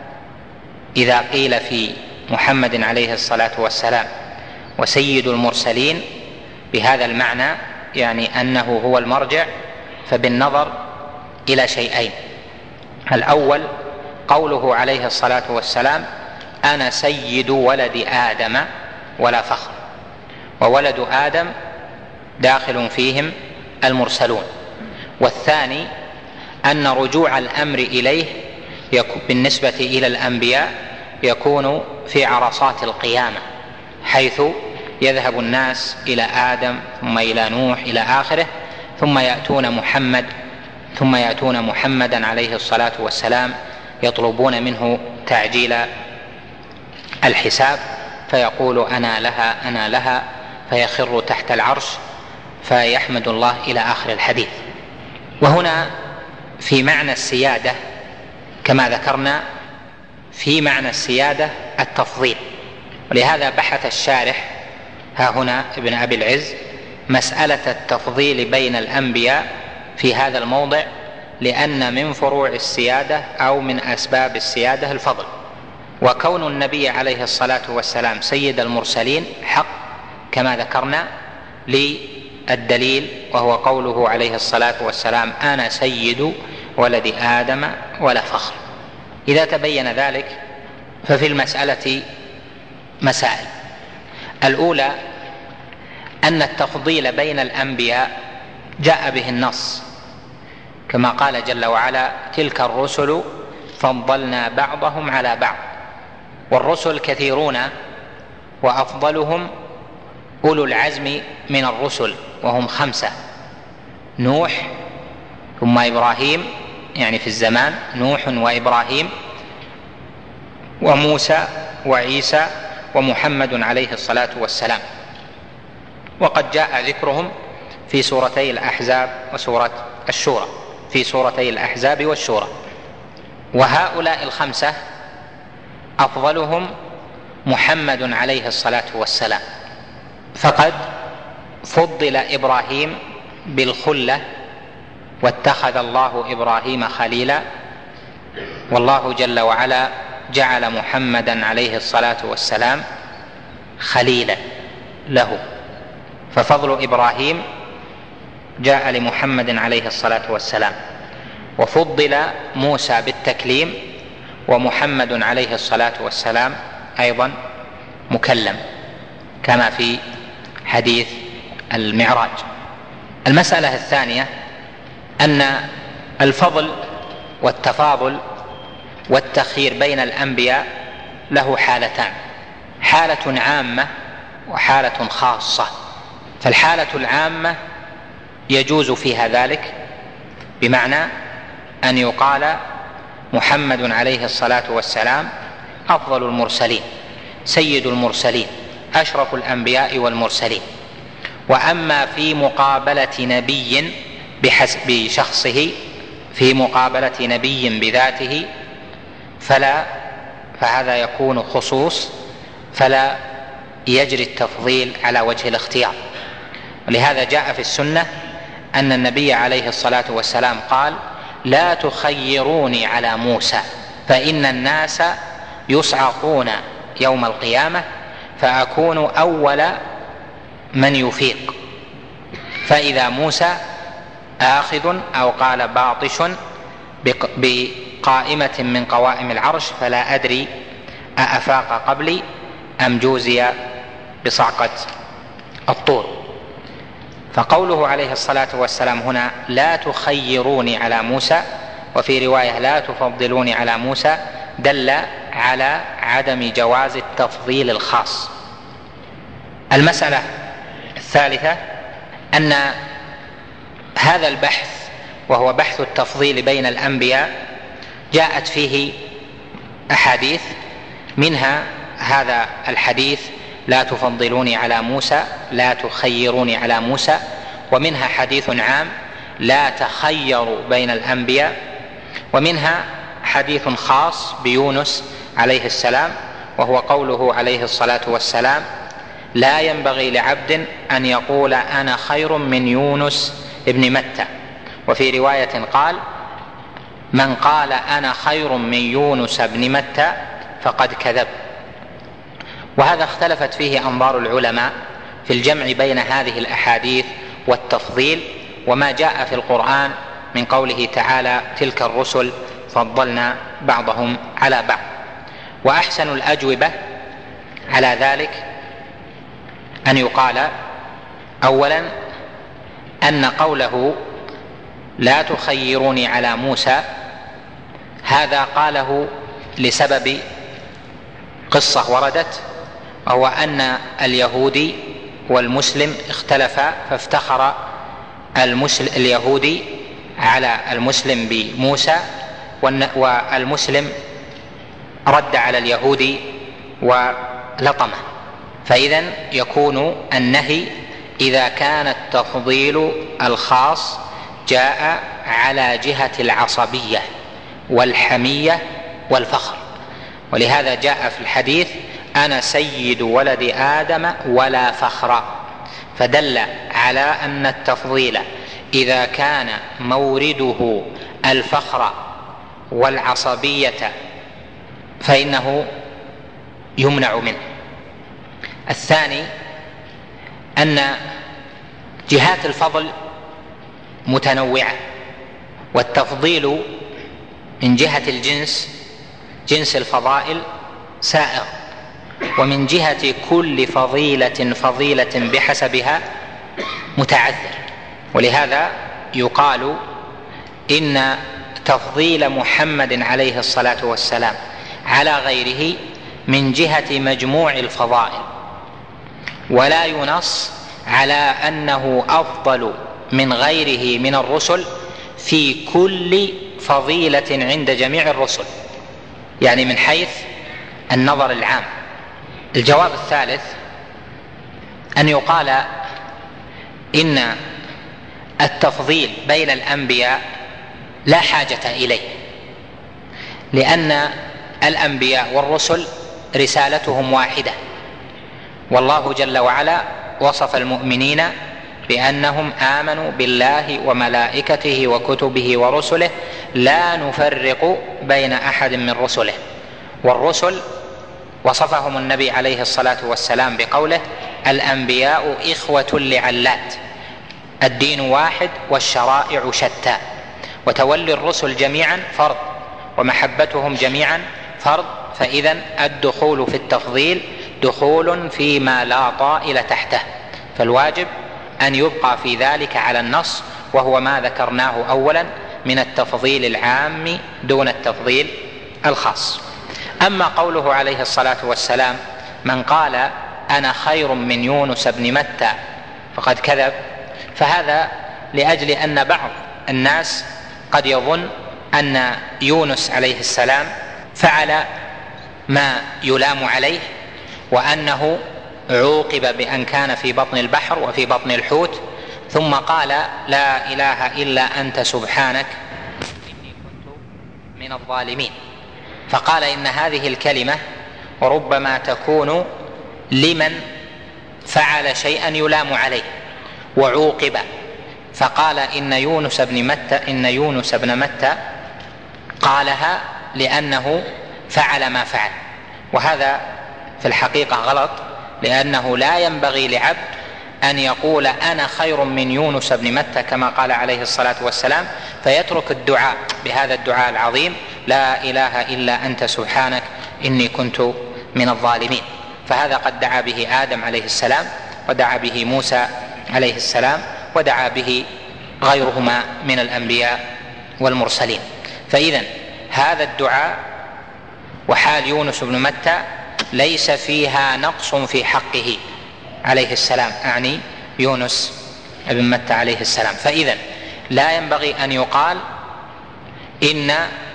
إذا قيل في محمد عليه الصلاة والسلام وسيد المرسلين بهذا المعنى، يعني أنه هو المرجع، فبالنظر إلى شيئين: الأول قوله عليه الصلاة والسلام: أنا سيد ولد آدم ولا فخر، وولد آدم داخل فيهم المرسلون. والثاني أن رجوع الأمر إليه بالنسبة إلى الأنبياء يكون في عرصات القيامة، حيث يذهب الناس إلى آدم ثم إلى نوح إلى آخره، ثم يأتون محمدا عليه الصلاة والسلام يطلبون منه تعجيل الحساب، فيقول أنا لها فيخر تحت العرش فيحمد الله إلى آخر الحديث. وهنا في معنى السيادة كما ذكرنا، في معنى السيادة التفضيل، ولهذا بحث الشارح ها هنا ابن أبي العز مسألة التفضيل بين الأنبياء في هذا الموضع، لأن من فروع السيادة أو من أسباب السيادة الفضل. وكون النبي عليه الصلاة والسلام سيد المرسلين حق كما ذكرنا للدليل، وهو قوله عليه الصلاة والسلام: أنا سيد ولد آدم ولا فخر. إذا تبين ذلك ففي المسألة مسائل. الأولى أن التفضيل بين الأنبياء جاء به النص، كما قال جل وعلا: تلك الرسل فضلنا بعضهم على بعض. والرسل كثيرون، وأفضلهم أولو العزم من الرسل وهم 5: نوح ثم إبراهيم، يعني في الزمان نوح وإبراهيم وموسى وعيسى ومحمد عليه الصلاة والسلام. وقد جاء ذكرهم في سورتي الأحزاب وسورة الشورى، في سورتي الأحزاب والشورى. وهؤلاء 5 أفضلهم محمد عليه الصلاة والسلام، فقد فضل إبراهيم بالخلة، واتخذ الله إبراهيم خليلا، والله جل وعلا جعل محمدا عليه الصلاة والسلام خليلا له، ففضل إبراهيم جاء لمحمد عليه الصلاة والسلام. وفضل موسى بالتكليم، ومحمد عليه الصلاة والسلام أيضا مكلم، كما في حديث المعراج. المسألة الثانية أن الفضل والتفاضل والتخيير بين الأنبياء له حالتان: حالة عامة وحالة خاصة. فالحالة العامة يجوز فيها ذلك، بمعنى أن يقال محمد عليه الصلاة والسلام أفضل المرسلين، سيد المرسلين، أشرف الأنبياء والمرسلين. وأما في مقابلة نبي بشخصه، في مقابلة نبي بذاته، فهذا يكون خصوص، فلا يجري التفضيل على وجه الاختيار. ولهذا جاء في السنة أن النبي عليه الصلاة والسلام قال: لا تخيروني على موسى فإن الناس يصعقون يوم القيامة فأكون أول من يفيق، فإذا موسى آخذ أو قال باطش بقائمة من قوائم العرش فلا أدري أأفاق قبلي أم جوزي بصعقة الطور. فقوله عليه الصلاة والسلام هنا لا تخيروني على موسى، وفي رواية لا تفضلوني على موسى، دل على عدم جواز التفضيل الخاص. المسألة الثالثة أن هذا البحث، وهو بحث التفضيل بين الأنبياء، جاءت فيه أحاديث، منها هذا الحديث لا تفضلوني على موسى، لا تخيروني على موسى، ومنها حديث عام لا تخيروا بين الأنبياء، ومنها حديث خاص بيونس عليه السلام، وهو قوله عليه الصلاة والسلام: لا ينبغي لعبد أن يقول أنا خير من يونس ابن متى. وفي رواية قال: من قال أنا خير من يونس ابن متى فقد كذب. وهذا اختلفت فيه أنظار العلماء في الجمع بين هذه الأحاديث والتفضيل وما جاء في القرآن من قوله تعالى: تلك الرسل فضلنا بعضهم على بعض. وأحسن الأجوبة على ذلك أن يقال: أولا أن قوله لا تخيروني على موسى هذا قاله لسبب قصة وردت، وهو أن اليهودي والمسلم اختلفا، فافتخر اليهودي على المسلم بموسى، والمسلم رد على اليهودي ولطمه. فإذن يكون النهي إذا كان التفضيل الخاص جاء على جهة العصبية والحمية والفخر. ولهذا جاء في الحديث: أنا سيد ولد آدم ولا فخر، فدل على أن التفضيل إذا كان مورده الفخر والعصبية فإنه يمنع منه. الثاني أن جهات الفضل متنوعة، والتفضيل من جهة الجنس، جنس الفضائل، سائغ، ومن جهة كل فضيلة بحسبها متعذر. ولهذا يقال إن تفضيل محمد عليه الصلاة والسلام على غيره من جهة مجموع الفضائل، ولا ينص على أنه أفضل من غيره من الرسل في كل فضيلة عند جميع الرسل، يعني من حيث النظر العام. الجواب الثالث أن يقال إن التفضيل بين الأنبياء لا حاجة إليه، لأن الأنبياء والرسل رسالتهم واحدة، والله جل وعلا وصف المؤمنين بأنهم آمنوا بالله وملائكته وكتبه ورسله لا نفرق بين أحد من رسله. والرسل وصفهم النبي عليه الصلاة والسلام بقوله: الأنبياء إخوة لعلات، الدين واحد والشرائع شتى. وتولي الرسل جميعا فرض، ومحبتهم جميعا فرض، فإذن الدخول في التفضيل دخول فيما لا طائل تحته، فالواجب أن يبقى في ذلك على النص، وهو ما ذكرناه أولا من التفضيل العام دون التفضيل الخاص. أما قوله عليه الصلاة والسلام: من قال أنا خير من يونس بن متى فقد كذب، فهذا لأجل أن بعض الناس قد يظن أن يونس عليه السلام فعل ما يلام عليه، وأنه عوقب بأن كان في بطن البحر وفي بطن الحوت ثم قال: لا إله إلا أنت سبحانك إني كنت من الظالمين. فقال إن هذه الكلمة ربما تكون لمن فعل شيئا يلام عليه وعوقب، فقال إن يونس بن متى قالها لأنه فعل ما فعل، وهذا في الحقيقة غلط، لأنه لا ينبغي لعبد أن يقول أنا خير من يونس بن متى كما قال عليه الصلاة والسلام فيترك الدعاء بهذا الدعاء العظيم: لا إله إلا أنت سبحانك إني كنت من الظالمين. فهذا قد دعا به آدم عليه السلام، ودعا به موسى عليه السلام، ودعا به غيرهما من الأنبياء والمرسلين. فإذن هذا الدعاء وحال يونس بن متى ليس فيها نقص في حقه عليه السلام، أعني يونس بن متى عليه السلام. فإذن لا ينبغي أن يقال إن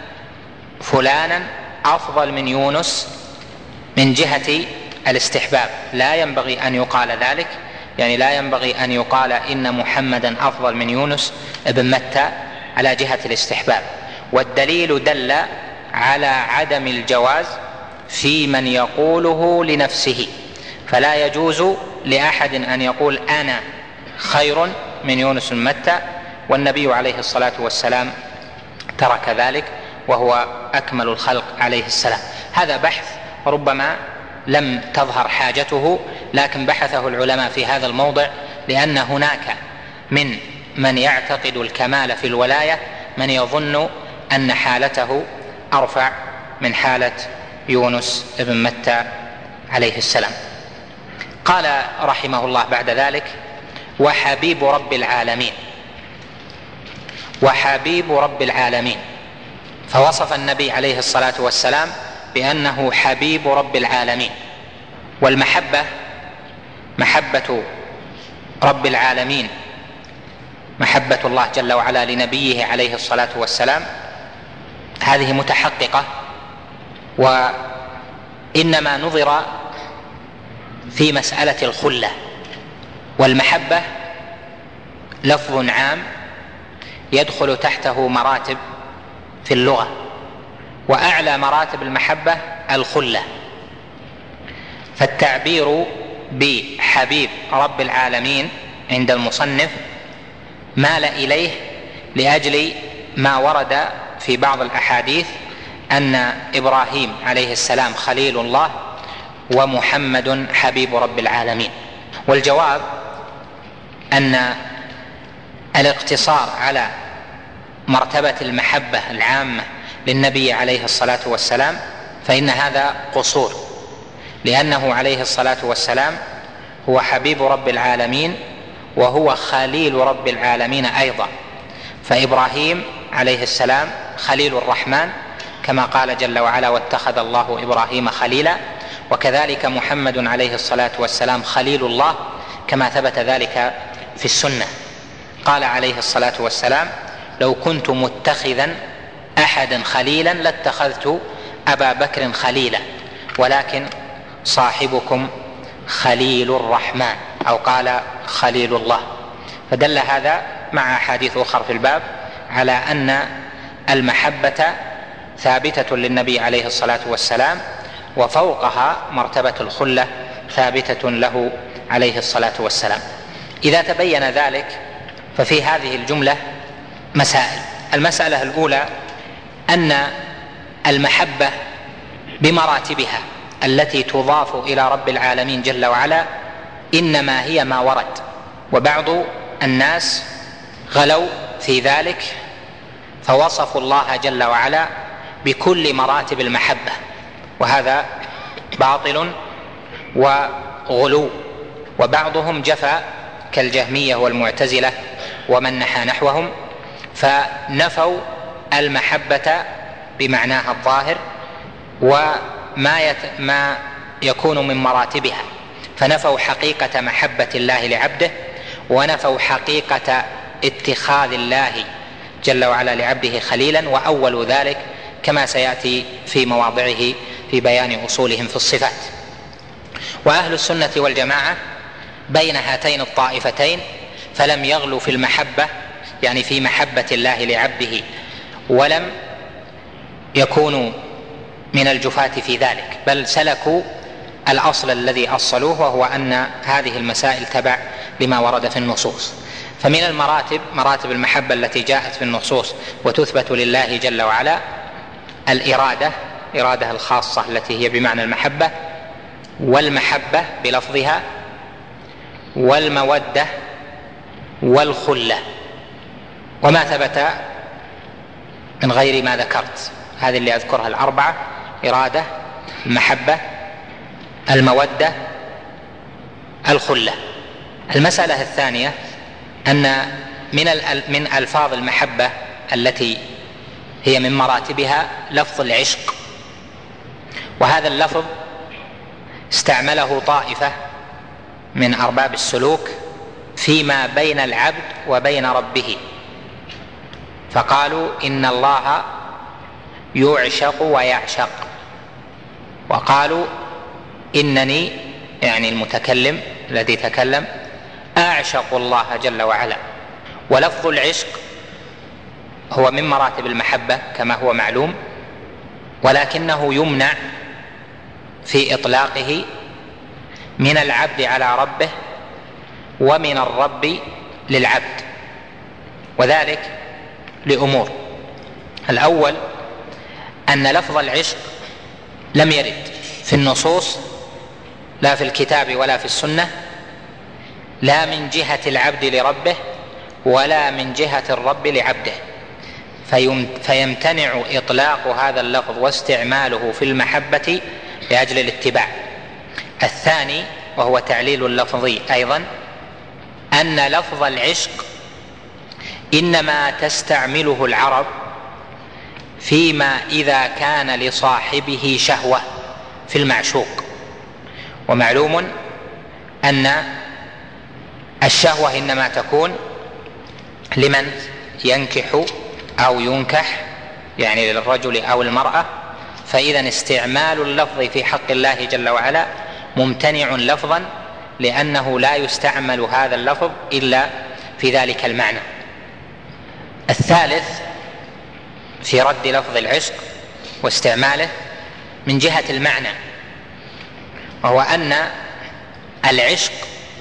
فلانا أفضل من يونس من جهة الاستحباب، لا ينبغي أن يقال ذلك، يعني لا ينبغي أن يقال إن محمدا أفضل من يونس بن متى على جهة الاستحباب. والدليل دل على عدم الجواز في من يقوله لنفسه، فلا يجوز لأحد أن يقول أنا خير من يونس بن متى، والنبي عليه الصلاة والسلام ترك ذلك وهو أكمل الخلق عليه السلام. هذا بحث ربما لم تظهر حاجته، لكن بحثه العلماء في هذا الموضع، لأن هناك من يعتقد الكمال في الولاية من يظن أن حالته أرفع من حالة يونس بن متى عليه السلام. قال رحمه الله بعد ذلك: وحبيب رب العالمين. وحبيب رب العالمين، فوصف النبي عليه الصلاة والسلام بأنه حبيب رب العالمين. والمحبة محبة رب العالمين، محبة الله جل وعلا لنبيه عليه الصلاة والسلام، هذه متحققة، وإنما نظر في مسألة الخلة. والمحبة لفظ عام يدخل تحته مراتب في اللغة، وأعلى مراتب المحبة الخلة. فالتعبير بحبيب رب العالمين عند المصنف مال إليه لأجل ما ورد في بعض الأحاديث أن إبراهيم عليه السلام خليل الله ومحمد حبيب رب العالمين. والجواب أن الاقتصار على مرتبة المحبة العامة للنبي عليه الصلاة والسلام فإن هذا قصور، لأنه عليه الصلاة والسلام هو حبيب رب العالمين وهو خليل رب العالمين أيضا. فإبراهيم عليه السلام خليل الرحمن كما قال جل وعلا: واتخذ الله إبراهيم خليلا. وكذلك محمد عليه الصلاة والسلام خليل الله كما ثبت ذلك في السنة. قال عليه الصلاة والسلام: لو كنت متخذا أحدا خليلا لاتخذت أبا بكر خليلا، ولكن صاحبكم خليل الرحمن، أو قال خليل الله. فدل هذا مع أحاديث أخرى في الباب على أن المحبة ثابتة للنبي عليه الصلاة والسلام، وفوقها مرتبة الخلة ثابتة له عليه الصلاة والسلام. إذا تبين ذلك ففي هذه الجملة مسائل. المسألة الأولى أن المحبة بمراتبها التي تضاف إلى رب العالمين جل وعلا إنما هي ما ورد، وبعض الناس غلوا في ذلك فوصفوا الله جل وعلا بكل مراتب المحبة، وهذا باطل وغلو. وبعضهم جفا كالجهمية والمعتزلة ومن نحى نحوهم، فنفوا المحبة بمعناها الظاهر ما يكون من مراتبها، فنفوا حقيقة محبة الله لعبده، ونفوا حقيقة اتخاذ الله جل وعلا لعبده خليلا، وأول ذلك كما سيأتي في مواضعه في بيان أصولهم في الصفات. وأهل السنة والجماعة بين هاتين الطائفتين، فلم يغلوا في المحبة، يعني في محبة الله لعبده، ولم يكونوا من الجفاة في ذلك، بل سلكوا الأصل الذي أصلوه، وهو أن هذه المسائل تبع لما ورد في النصوص. فمن مراتب المحبة التي جاءت في النصوص وتثبت لله جل وعلا الإرادة الخاصة التي هي بمعنى المحبة، والمحبة بلفظها، والمودة، والخلة. وما ثبت من غير ما ذكرت، هذه اللي أذكرها الأربعة: إرادة، المحبة، المودة، الخلة. المسألة الثانية أن من ألفاظ المحبة التي هي من مراتبها لفظ العشق، وهذا اللفظ استعمله طائفة من أرباب السلوك فيما بين العبد وبين ربه، فقالوا إن الله يعشق ويعشق، وقالوا إنني، يعني المتكلم الذي تكلم، أعشق الله جل وعلا. ولفظ العشق هو من مراتب المحبة كما هو معلوم، ولكنه يمنع في إطلاقه من العبد على ربه ومن الرب للعبد، وذلك لأمور: الأول أن لفظ العشق لم يرد في النصوص، لا في الكتاب ولا في السنة، لا من جهة العبد لربه ولا من جهة الرب لعبده، فيمتنع إطلاق هذا اللفظ واستعماله في المحبة لأجل الاتباع. الثاني وهو تعليل اللفظي أيضا، أن لفظ العشق إنما تستعمله العرب فيما إذا كان لصاحبه شهوة في المعشوق، ومعلوم أن الشهوة إنما تكون لمن ينكح أو ينكح، يعني للرجل أو المرأة، فإذا استعمال اللفظ في حق الله جل وعلا ممتنع لفظا، لأنه لا يستعمل هذا اللفظ إلا في ذلك المعنى. الثالث في رد لفظ العشق واستعماله من جهة المعنى، وهو أن العشق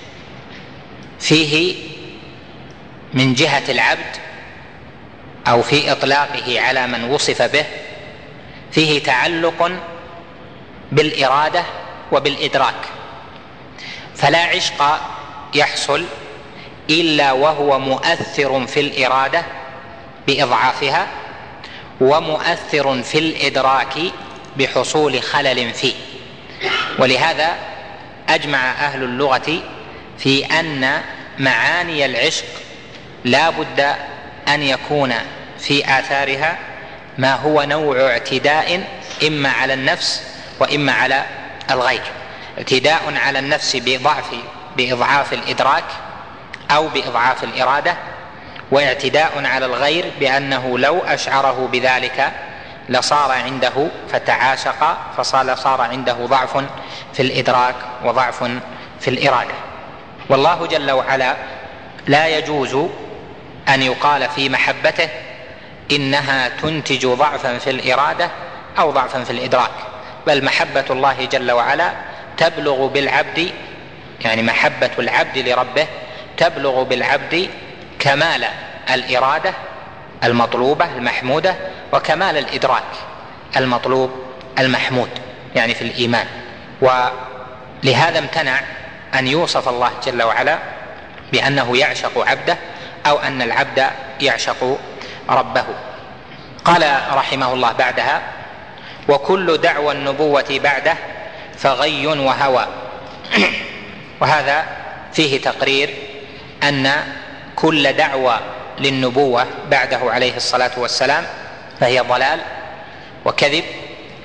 فيه من جهة العبد أو في إطلاقه على من وصف به فيه تعلق بالإرادة وبالإدراك، فلا عشق يحصل إلا وهو مؤثر في الإرادة بإضعافها، ومؤثر في الإدراك بحصول خلل فيه. ولهذا أجمع أهل اللغة في أن معاني العشق لا بد أن يكون في آثارها ما هو نوع اعتداء إما على النفس وإما على الغير: اعتداء على النفس بإضعاف الإدراك أو بإضعاف الإرادة، واعتداء على الغير بأنه لو أشعره بذلك لصار عنده فتعاشق، فصار عنده ضعف في الإدراك وضعف في الإرادة. والله جل وعلا لا يجوز أن يقال في محبته إنها تنتج ضعفا في الإرادة أو ضعفا في الإدراك، بل محبة الله جل وعلا تبلغ بالعبد، يعني محبة العبد لربه تبلغ بالعبد كمال الإرادة المطلوبة المحمودة وكمال الإدراك المطلوب المحمود، يعني في الإيمان. ولهذا امتنع أن يوصف الله جل وعلا بأنه يعشق عبده أو أن العبد يعشق ربه. قال رحمه الله بعدها: وكل دعوى النبوة بعده فغي وهوى. وهذا فيه تقرير أن كل دعوى للنبوة بعده عليه الصلاة والسلام فهي ضلال وكذب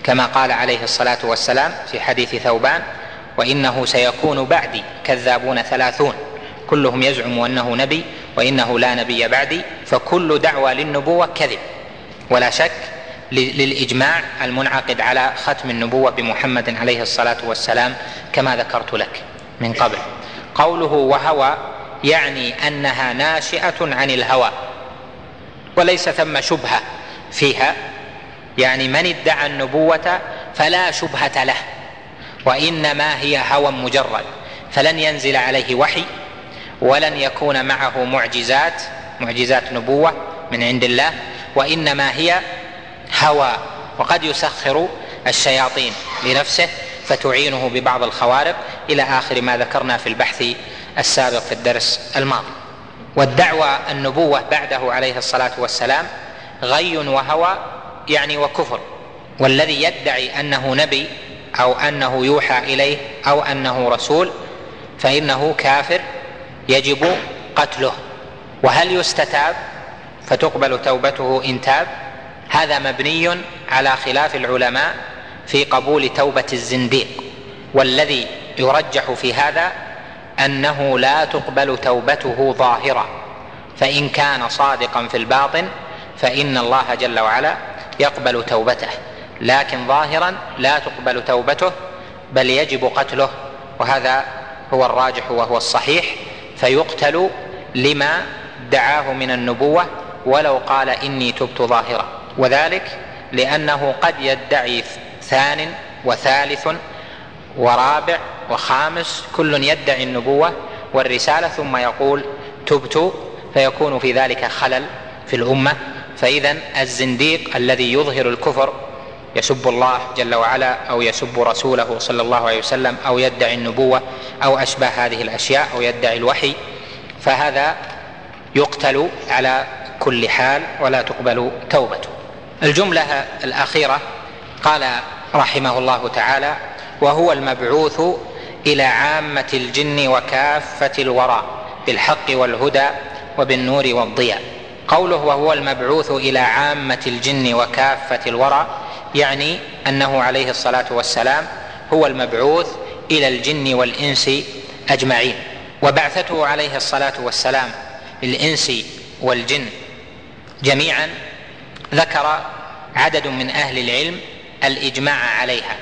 كما قال عليه الصلاة والسلام في حديث ثوبان: وإنه سيكون بعدي كذابون 30 كلهم يزعم أنه نبي وإنه لا نبي بعدي، فكل دعوى للنبوة كذب، ولا شك للإجماع المنعقد على ختم النبوة بمحمد عليه الصلاة والسلام كما ذكرت لك من قبل. قوله وهوى يعني أنها ناشئة عن الهوى وليس ثم شبهة فيها، يعني من ادعى النبوة فلا شبهة له، وإنما هي هوى مجرد، فلن ينزل عليه وحي ولن يكون معه معجزات نبوة من عند الله، وإنما هي هوى. وقد يسخر الشياطين لنفسه فتعينه ببعض الخوارق إلى آخر ما ذكرنا في البحث السابق في الدرس الماضي. والدعوى النبوة بعده عليه الصلاة والسلام غي وهوى يعني وكفر، والذي يدعي أنه نبي أو أنه يوحى إليه أو أنه رسول فإنه كافر يجب قتله. وهل يستتاب فتقبل توبته إن تاب؟ هذا مبني على خلاف العلماء في قبول توبة الزنديق، والذي يرجح في هذا أنه لا تقبل توبته ظاهرا، فإن كان صادقا في الباطن فإن الله جل وعلا يقبل توبته، لكن ظاهرا لا تقبل توبته بل يجب قتله، وهذا هو الراجح وهو الصحيح، فيقتل لما دعاه من النبوة ولو قال إني تبت ظاهرا، وذلك لأنه قد يدعي ثان وثالث ورابع وخامس كل يدعي النبوة والرسالة ثم يقول تبت، فيكون في ذلك خلل في الأمة. فإذن الزنديق الذي يظهر الكفر يسب الله جل وعلا أو يسب رسوله صلى الله عليه وسلم أو يدعي النبوة أو أشبه هذه الأشياء أو يدعي الوحي، فهذا يقتل على كل حال ولا تقبل توبته. الجملة الأخيرة قال رحمه الله تعالى: وهو المبعوث إلى عامة الجن وكافة الورى بالحق والهدى وبالنور والضياء. قوله وهو المبعوث إلى عامة الجن وكافة الورى يعني أنه عليه الصلاة والسلام هو المبعوث إلى الجن والإنس أجمعين. وبعثته عليه الصلاة والسلام للإنس والجن جميعا ذكر عدد من أهل العلم الإجماع عليها،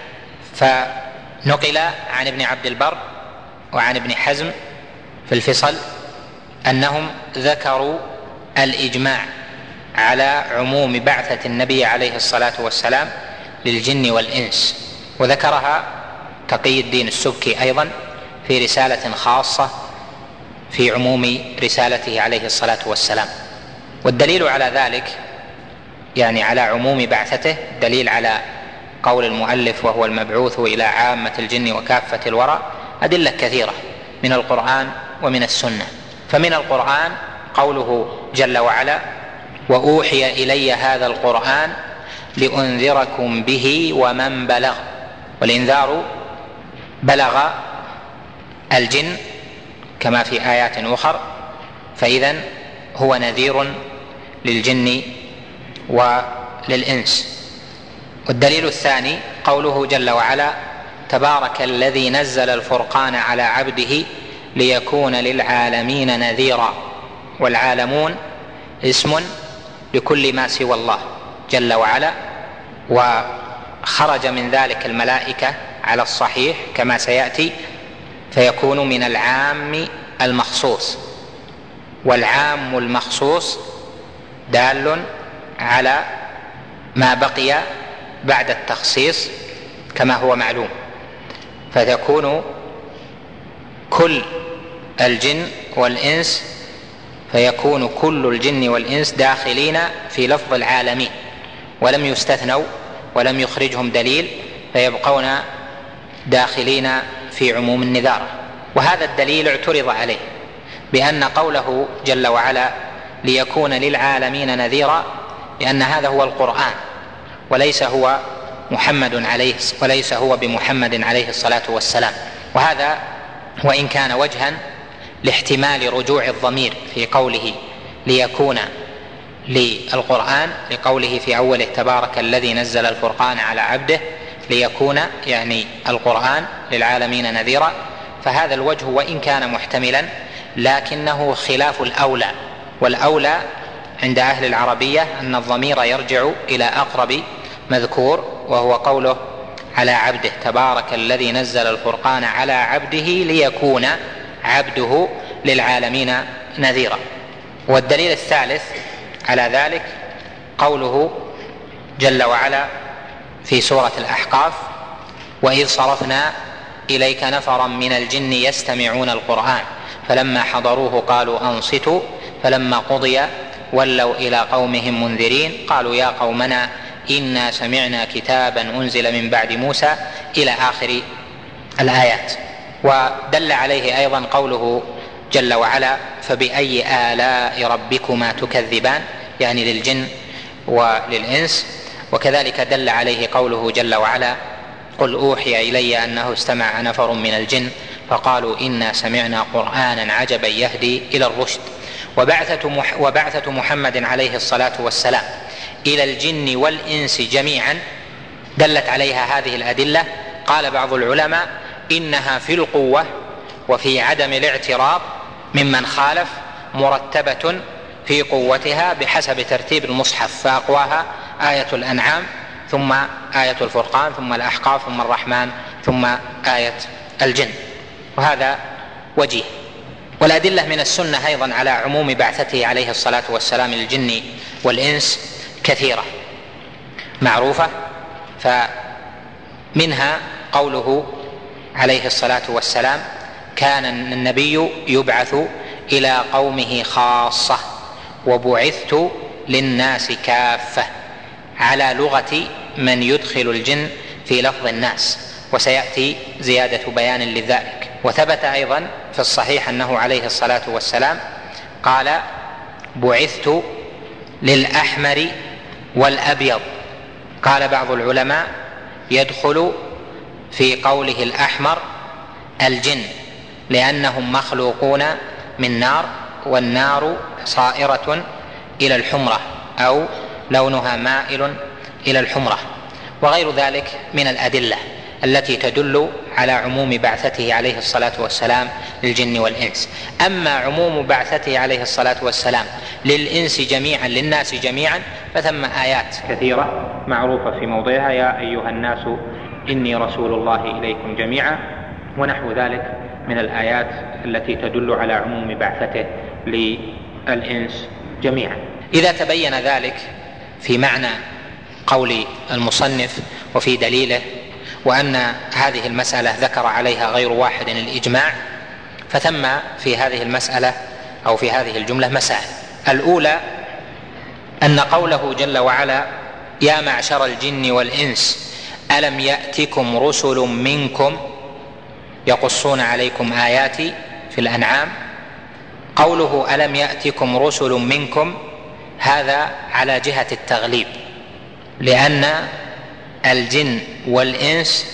فنقل عن ابن عبد البر وعن ابن حزم في الفصل أنهم ذكروا الإجماع على عموم بعثة النبي عليه الصلاة والسلام للجن والإنس، وذكرها تقي الدين السبكي أيضا في رسالة خاصة في عموم رسالته عليه الصلاة والسلام. والدليل على ذلك يعني على عموم بعثته دليل على قول المؤلف وهو المبعوث إلى عامة الجن وكافة الورى أدلة كثيرة من القرآن ومن السنة. فمن القرآن قوله جل وعلا: وأوحي إلي هذا القرآن لأنذركم به ومن بلغ. والإنذار بلغ الجن كما في آيات أخرى، فإذن هو نذير للجن وللإنس. والدليل الثاني قوله جل وعلا: تبارك الذي نزل الفرقان على عبده ليكون للعالمين نذيرا. والعالمون اسم لكل ما سوى الله جل وعلا، وخرج من ذلك الملائكة على الصحيح كما سيأتي، فيكون من العام المخصوص، والعام المخصوص دال على ما بقي بعد التخصيص كما هو معلوم، فتكون كل الجن والإنس، فيكون كل الجن والإنس داخلين في لفظ العالمين ولم يستثنوا ولم يخرجهم دليل، فيبقون داخلين في عموم النذارة. وهذا الدليل اعترض عليه بأن قوله جل وعلا ليكون للعالمين نذيرا لأن هذا هو القرآن وليس هو بمحمد عليه الصلاة والسلام. وهذا وإن كان وجها لاحتمال رجوع الضمير في قوله ليكون للقرآن لقوله في أوله تبارك الذي نزل الفرقان على عبده ليكون يعني القرآن للعالمين نذيرا، فهذا الوجه وإن كان محتملا لكنه خلاف الأولى، والأولى عند أهل العربية أن الضمير يرجع إلى أقرب مذكور وهو قوله على عبده تبارك الذي نزل الفرقان على عبده ليكون عبده للعالمين نذيرا. والدليل الثالث على ذلك قوله جل وعلا في سورة الأحقاف وإذ صرفنا إليك نفرا من الجن يستمعون القرآن فلما حضروه قالوا أنصتوا فلما قضي ولوا إلى قومهم منذرين قالوا يا قومنا إنا سمعنا كتابا أنزل من بعد موسى إلى آخر الآيات. ودل عليه أيضا قوله جل وعلا فبأي آلاء ربكما تكذبان، يعني للجن وللإنس. وكذلك دل عليه قوله جل وعلا قل أوحي إلي أنه استمع نفر من الجن فقالوا إنا سمعنا قرآنا عجبا يهدي إلى الرشد. وبعثة محمد عليه الصلاة والسلام إلى الجن والإنس جميعا دلت عليها هذه الأدلة. قال بعض العلماء إنها في القوة وفي عدم الاعتراض ممن خالف مرتبة في قوتها بحسب ترتيب المصحف، فأقواها آية الأنعام ثم آية الفرقان ثم الأحقاف ثم الرحمن ثم آية الجن، وهذا وجيه. والأدلة من السنة أيضا على عموم بعثته عليه الصلاة والسلام للجن والإنس كثيرة معروفة، فمنها قوله عليه الصلاة والسلام كان النبي يبعث إلى قومه خاصة وبعثت للناس كافة على لغة من يدخل الجن في لفظ الناس، وسيأتي زيادة بيان لذلك. وثبت أيضا في الصحيح أنه عليه الصلاة والسلام قال بعثت للأحمر والأبيض. قال بعض العلماء يدخل في قوله الأحمر الجن لأنهم مخلوقون من نار، والنار صائرة إلى الحمرة أو لونها مائل إلى الحمرة، وغير ذلك من الأدلة التي تدل على عموم بعثته عليه الصلاة والسلام للجن والإنس. أما عموم بعثته عليه الصلاة والسلام للإنس جميعا للناس جميعا فثم آيات كثيرة معروفة في موضعها يا أيها الناس إني رسول الله إليكم جميعا ونحو ذلك من الآيات التي تدل على عموم بعثته للإنس جميعا. إذا تبين ذلك في معنى قول المصنف وفي دليله وأن هذه المسألة ذكر عليها غير واحد الإجماع، فثم في هذه المسألة أو في هذه الجملة مسائل. الأولى أن قوله جل وعلا يا معشر الجن والإنس ألم يأتكم رسل منكم يقصون عليكم آياتي في الأنعام، قوله ألم يأتكم رسل منكم هذا على جهة التغليب، لأن الجن والإنس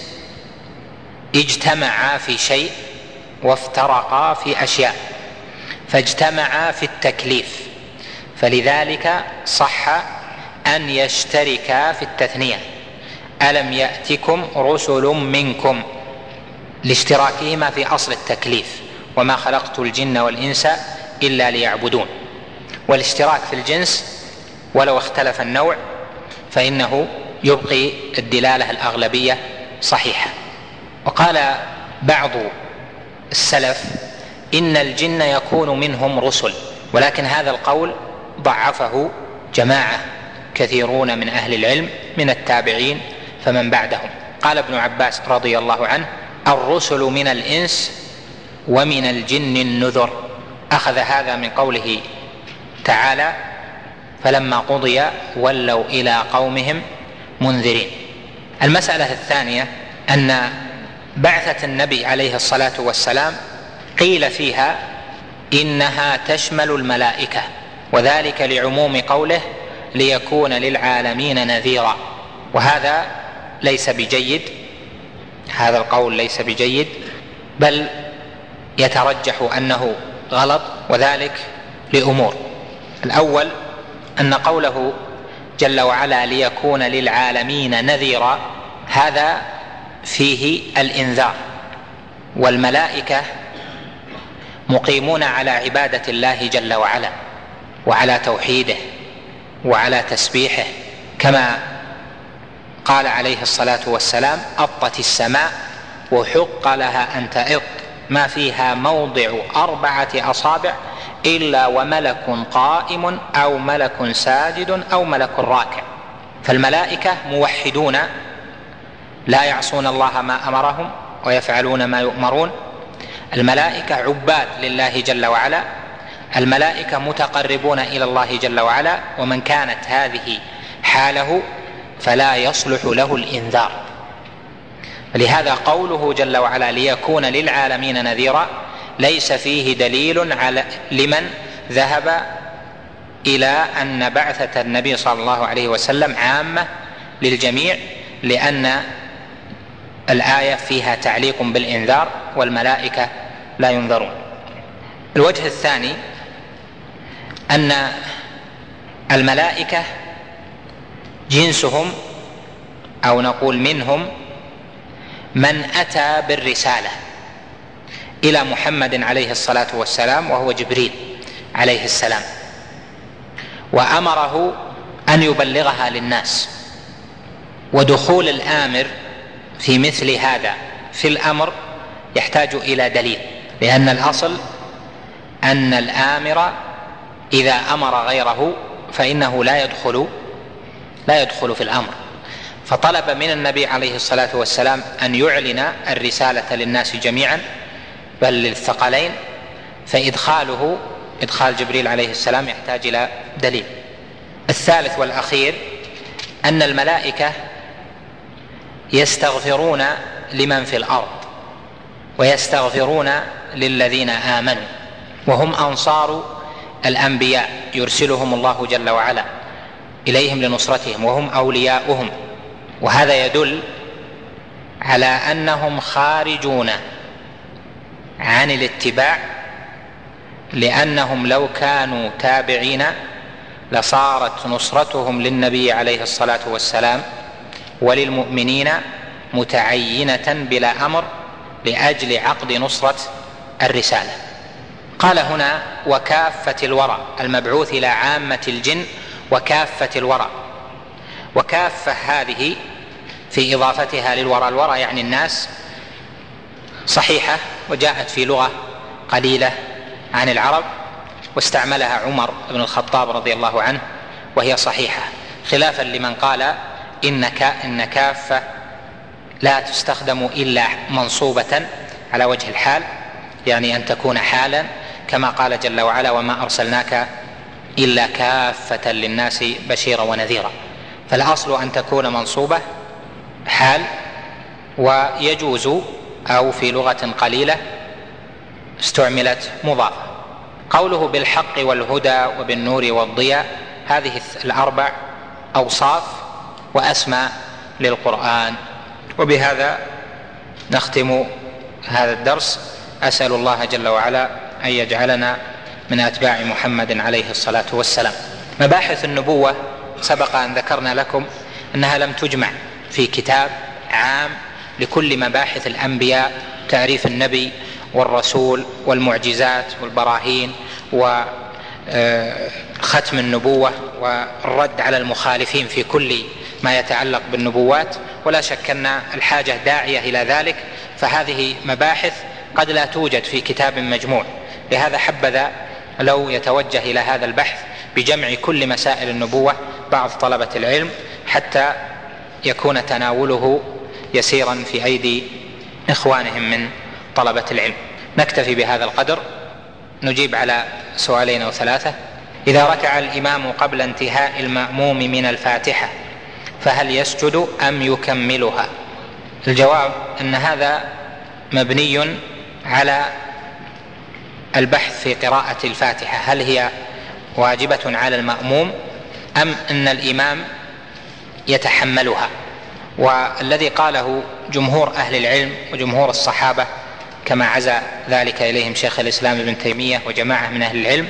اجتمعا في شيء وافترقا في أشياء، فاجتمعا في التكليف، فلذلك صح أن يشتركا في التثنية ألم يأتكم رسل منكم لاشتراكهما في أصل التكليف وما خلقت الجن والإنس إلا ليعبدون. والاشتراك في الجنس ولو اختلف النوع فإنه يبقي الدلالة الأغلبية صحيحة. وقال بعض السلف إن الجن يكون منهم رسل، ولكن هذا القول ضعفه جماعة كثيرون من أهل العلم من التابعين فمن بعدهم. قال ابن عباس رضي الله عنه الرسل من الإنس ومن الجن النذر، أخذ هذا من قوله تعالى فلما قضي ولوا إلى قومهم منذرين. المسألة الثانية أن بعثة النبي عليه الصلاة والسلام قيل فيها إنها تشمل الملائكة، وذلك لعموم قوله ليكون للعالمين نذيرا، وهذا ليس بجيد، هذا القول ليس بجيد، بل يترجح أنه غلط، وذلك لأمور. الأول أن قوله جل وعلا ليكون للعالمين نذيرا هذا فيه الإنذار، والملائكة مقيمون على عبادة الله جل وعلا وعلى توحيده وعلى تسبيحه، كما قال عليه الصلاة والسلام أطت السماء وحق لها أن تئط ما فيها موضع 4 أصابع إلا وملك قائم أو ملك ساجد أو ملك راكع. فالملائكة موحدون لا يعصون الله ما أمرهم ويفعلون ما يؤمرون. الملائكة عباد لله جل وعلا، الملائكة متقربون إلى الله جل وعلا، ومن كانت هذه حاله فلا يصلح له الإنذار. لهذا قوله جل وعلا ليكون للعالمين نذيرا ليس فيه دليل على لمن ذهب إلى أن بعثة النبي صلى الله عليه وسلم عامة للجميع، لأن الآية فيها تعليق بالإنذار والملائكة لا ينذرون. الوجه الثاني أن الملائكة جنسهم أو نقول منهم من أتى بالرسالة إلى محمد عليه الصلاة والسلام وهو جبريل عليه السلام، وأمره أن يبلغها للناس. ودخول الآمر في مثل هذا في الأمر يحتاج إلى دليل، لأن الأصل أن الآمر إذا أمر غيره فإنه لا يدخل في الأمر. فطلب من النبي عليه الصلاة والسلام أن يعلن الرسالة للناس جميعا بل للثقلين، فإدخاله إدخال جبريل عليه السلام يحتاج إلى دليل. الثالث والأخير أن الملائكة يستغفرون لمن في الأرض ويستغفرون للذين آمنوا، وهم أنصار الأنبياء يرسلهم الله جل وعلا إليهم لنصرتهم وهم أولياؤهم. وهذا يدل على أنهم خارجون عن الاتباع، لأنهم لو كانوا تابعين لصارت نصرتهم للنبي عليه الصلاة والسلام وللمؤمنين متعينة بلا أمر لأجل عقد نصرة الرسالة. قال هنا وكافة الورى، المبعوث إلى عامة الجن وكافة الورى. وكافة هذه في إضافتها للورى، الورى يعني الناس، صحيحة وجاءت في لغة قليلة عن العرب واستعملها عمر بن الخطاب رضي الله عنه وهي صحيحة، خلافا لمن قال إن كافة لا تستخدم إلا منصوبة على وجه الحال، يعني أن تكون حالا، كما قال جل وعلا وما أرسلناك إلا كافة للناس بشيرا ونذيرا. فالأصل أن تكون منصوبة حال، ويجوز أو في لغة قليلة استعملت مضافة. قوله بالحق والهدى وبالنور والضياء، هذه 4 أوصاف وأسماء للقرآن. وبهذا نختم هذا الدرس. أسأل الله جل وعلا أن يجعلنا من أتباع محمد عليه الصلاة والسلام. مباحث النبوة سبق أن ذكرنا لكم أنها لم تجمع في كتاب عام لكل مباحث الأنبياء، تعريف النبي والرسول والمعجزات والبراهين وختم النبوة والرد على المخالفين في كل ما يتعلق بالنبوات، ولا شك أن الحاجة داعية إلى ذلك، فهذه مباحث قد لا توجد في كتاب مجموع. لهذا حبذا لو يتوجه إلى هذا البحث بجمع كل مسائل النبوة بعض طلبة العلم حتى يكون تناوله يسيرا في أيدي إخوانهم من طلبة العلم. نكتفي بهذا القدر، نجيب على 2 أو 3. إذا ركع الإمام قبل انتهاء المأموم من الفاتحة فهل يسجد أم يكملها؟ الجواب أن هذا مبني على البحث في قراءة الفاتحة، هل هي واجبة على المأموم أم أن الإمام يتحملها. والذي قاله جمهور أهل العلم وجمهور الصحابة كما عزى ذلك إليهم شيخ الإسلام ابن تيمية وجماعة من أهل العلم،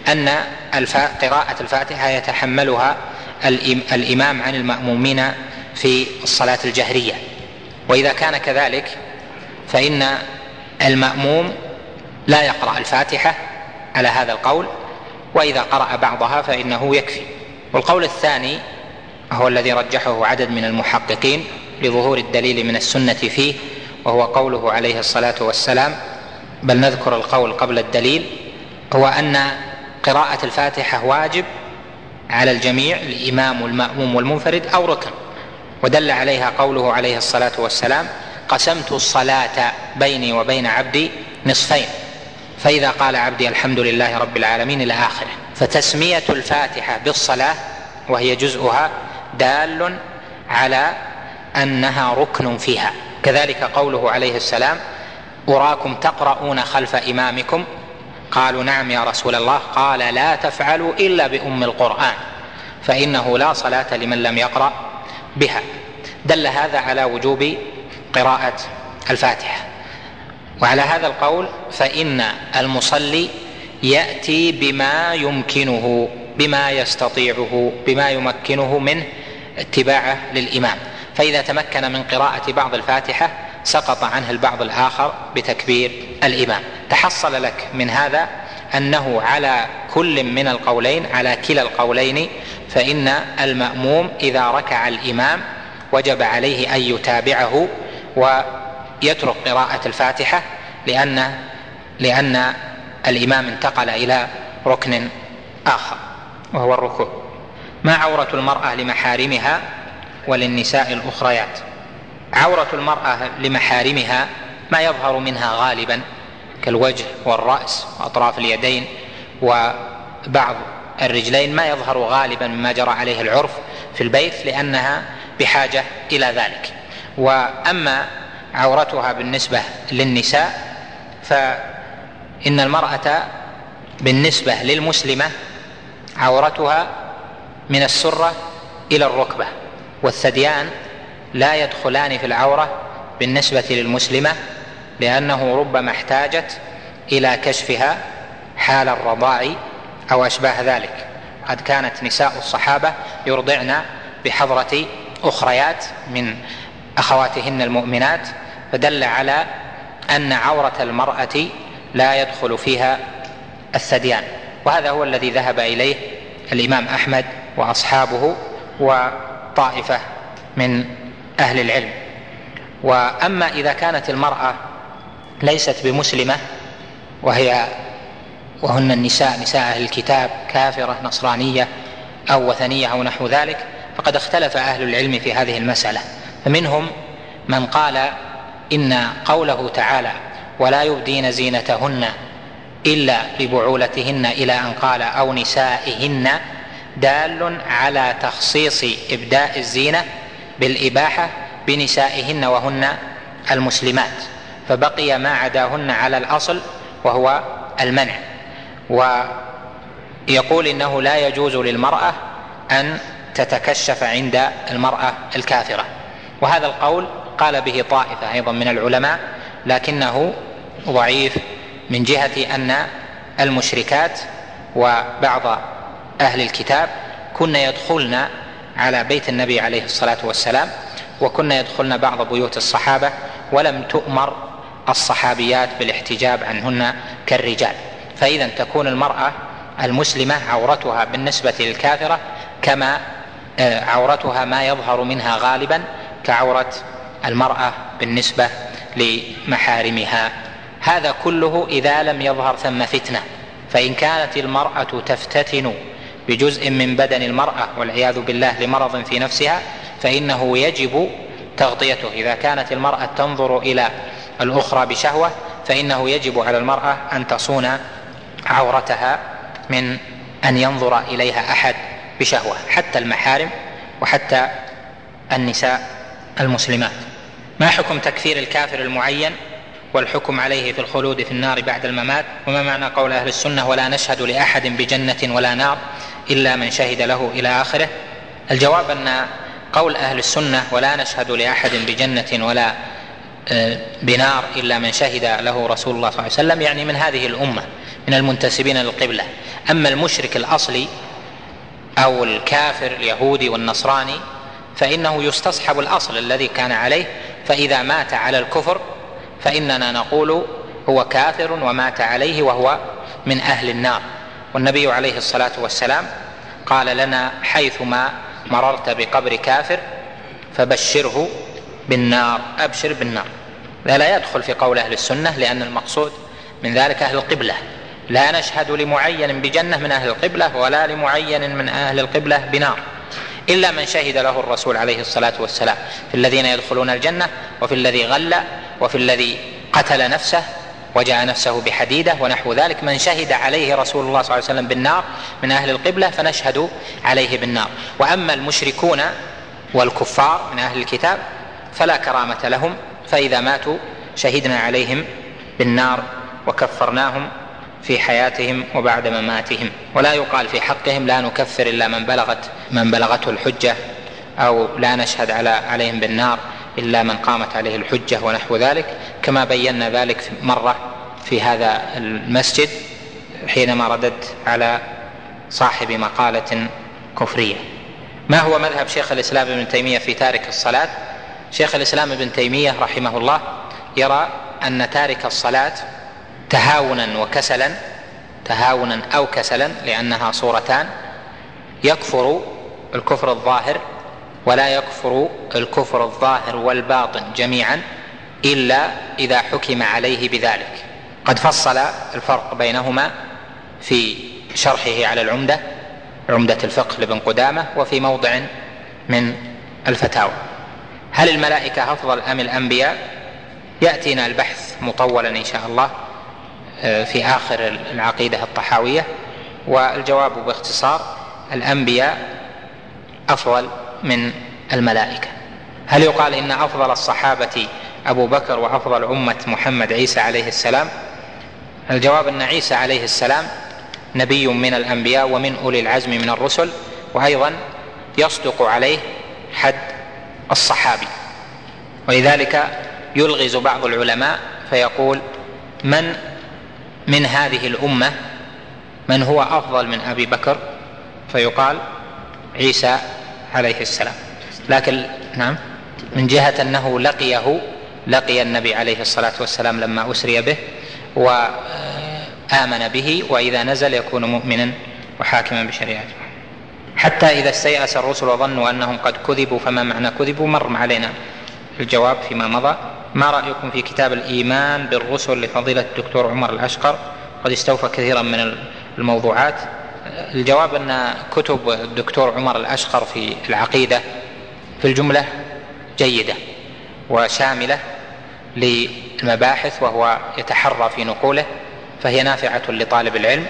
أن قراءة الفاتحة يتحملها الإمام عن المأمومين في الصلاة الجهرية، وإذا كان كذلك فإن المأموم لا يقرأ الفاتحة على هذا القول، وإذا قرأ بعضها فإنه يكفي. والقول الثاني هو الذي رجحه عدد من المحققين لظهور الدليل من السنة فيه، وهو قوله عليه الصلاة والسلام، بل نذكر القول قبل الدليل، هو أن قراءة الفاتحة واجب على الجميع، الإمام والمأموم والمنفرد أو ركن، ودل عليها قوله عليه الصلاة والسلام: قسمت الصلاة بيني وبين عبدي نصفين، فإذا قال عبدي الحمد لله رب العالمين إلى آخره. فتسمية الفاتحة بالصلاة وهي جزءها دال على أنها ركن فيها. كذلك قوله عليه السلام: أراكم تقرؤون خلف إمامكم، قالوا نعم يا رسول الله، قال لا تفعلوا إلا بأم القرآن فإنه لا صلاة لمن لم يقرأ بها. دل هذا على وجوب قراءة الفاتحة. وعلى هذا القول فإن المصلي يأتي بما يمكنه، بما يستطيعه، بما يمكنه من اتباعه للإمام، فإذا تمكن من قراءة بعض الفاتحة سقط عنه البعض الآخر بتكبير الإمام. تحصل لك من هذا أنه على كل من القولين، على كلا القولين، فإن المأموم إذا ركع الإمام وجب عليه أن يتابعه ويترك قراءة الفاتحة، لأن الإمام انتقل إلى ركن آخر وهو الركوع. ما عورة المرأة لمحارمها وللنساء الأخريات؟ عورة المرأة لمحارمها ما يظهر منها غالبا كالوجه والرأس وأطراف اليدين وبعض الرجلين، ما يظهر غالبا مما جرى عليه العرف في البيت، لأنها بحاجة إلى ذلك. وأما عورتها بالنسبة للنساء فإن المرأة بالنسبة للمسلمة عورتها من السرة إلى الركبة، والثديان لا يدخلان في العورة بالنسبة للمسلمة، لأنه ربما احتاجت إلى كشفها حال الرضاع أو أشباه ذلك. قد كانت نساء الصحابة يرضعن بحضرة أخريات من أخواتهن المؤمنات، فدل على أن عورة المرأة لا يدخل فيها الثديان، وهذا هو الذي ذهب إليه الإمام أحمد وأصحابه وطائفة من أهل العلم. وأما إذا كانت المرأة ليست بمسلمة وهن النساء، نساء أهل الكتاب، كافرة نصرانية أو وثنية أو نحو ذلك، فقد اختلف أهل العلم في هذه المسألة. فمنهم من قال إن قوله تعالى ولا يبدين زينتهن إلا لبعولتهن إلى أن قال أو نسائهن دال على تخصيص إبداء الزينة بالإباحة بنسائهن وهن المسلمات، فبقي ما عداهن على الأصل وهو المنع. ويقول إنه لا يجوز للمرأة أن تتكشف عند المرأة الكافرة، وهذا القول قال به طائفة أيضا من العلماء، لكنه ضعيف من جهة أن المشركات وبعض أهل الكتاب كن يدخلن على بيت النبي عليه الصلاة والسلام، وكن يدخلن بعض بيوت الصحابة، ولم تؤمر الصحابيات بالاحتجاب عنهن كالرجال. فإذا تكون المرأة المسلمة عورتها بالنسبة للكافرة كما عورتها ما يظهر منها غالبا كعورة المرأة بالنسبة لمحارمها. هذا كله إذا لم يظهر ثم فتنة. فإن كانت المرأة تفتتن بجزء من بدن المرأة والعياذ بالله لمرض في نفسها فإنه يجب تغطيته. إذا كانت المرأة تنظر إلى الأخرى بشهوة فإنه يجب على المرأة أن تصون عورتها من أن ينظر إليها أحد بشهوة، حتى المحارم وحتى النساء المسلمات. ما حكم تكفير الكافر المعين والحكم عليه في الخلود في النار بعد الممات؟ وما معنى قول أهل السنة ولا نشهد لأحد بجنة ولا نار إلا من شهد له إلى آخره؟ الجواب أن قول أهل السنة ولا نشهد لأحد بجنة ولا بنار إلا من شهد له رسول الله صلى الله عليه وسلم يعني من هذه الأمة من المنتسبين للقبلة. أما المشرك الأصلي أو الكافر اليهودي والنصراني فإنه يستصحب الأصل الذي كان عليه، فإذا مات على الكفر فإننا نقول هو كافر ومات عليه وهو من أهل النار. والنبي عليه الصلاة والسلام قال لنا: حيثما مررت بقبر كافر فبشره بالنار، أبشر بالنار. لا يدخل في قول أهل السنة، لأن المقصود من ذلك أهل القبلة، لا نشهد لمعين بجنة من أهل القبلة ولا لمعين من أهل القبلة بنار، إلا من شهد له الرسول عليه الصلاة والسلام في الذين يدخلون الجنة، وفي الذي غل، وفي الذي قتل نفسه وجاء نفسه بحديدة ونحو ذلك. من شهد عليه رسول الله صلى الله عليه وسلم بالنار من أهل القبلة فنشهد عليه بالنار. وأما المشركون والكفار من أهل الكتاب فلا كرامة لهم، فإذا ماتوا شهدنا عليهم بالنار وكفرناهم في حياتهم وبعد مماتهم. ولا يقال في حقهم لا نكفر إلا من بلغته الحجة، أو لا نشهد عليهم بالنار إلا من قامت عليه الحجة ونحو ذلك، كما بينا ذلك مرة في هذا المسجد حينما رددت على صاحب مقالة كفرية. ما هو مذهب شيخ الإسلام ابن تيمية في تارك الصلاة؟ شيخ الإسلام ابن تيمية رحمه الله يرى أن تارك الصلاة تهاونا أو كسلا، لأنها صورتان، يكفر الكفر الظاهر ولا يكفر الكفر الظاهر والباطن جميعا إلا إذا حكم عليه بذلك. قد فصل الفرق بينهما في شرحه على عمدة الفقه لابن قدامة، وفي موضع من الفتاوى. هل الملائكة أفضل أم الأنبياء؟ يأتينا البحث مطولا إن شاء الله في آخر العقيدة الطحاوية، والجواب باختصار: الأنبياء أفضل من الملائكة. هل يقال إن أفضل الصحابة أبو بكر وأفضل أمة محمد عيسى عليه السلام؟ الجواب أن عيسى عليه السلام نبي من الأنبياء ومن أولي العزم من الرسل، وأيضا يصدق عليه حد الصحابي. ولذلك يلغز بعض العلماء فيقول: من هذه الأمة من هو أفضل من أبي بكر؟ فيقال عيسى عليه السلام. لكن نعم، من جهة أنه لقي النبي عليه الصلاة والسلام لما أسري به وآمن به، وإذا نزل يكون مؤمنا وحاكما بشريعته. حتى إذا استيأس الرسل وظنوا أنهم قد كذبوا فما معنى كذبوا؟ مر علينا الجواب فيما مضى. ما رأيكم في كتاب الإيمان بالرسل لفضيلة الدكتور عمر الأشقر؟ قد استوفى كثيرا من الموضوعات. الجواب أن كتب الدكتور عمر الأشقر في العقيدة في الجملة جيدة وشاملة للمباحث، وهو يتحرى في نقوله، فهي نافعة لطالب العلم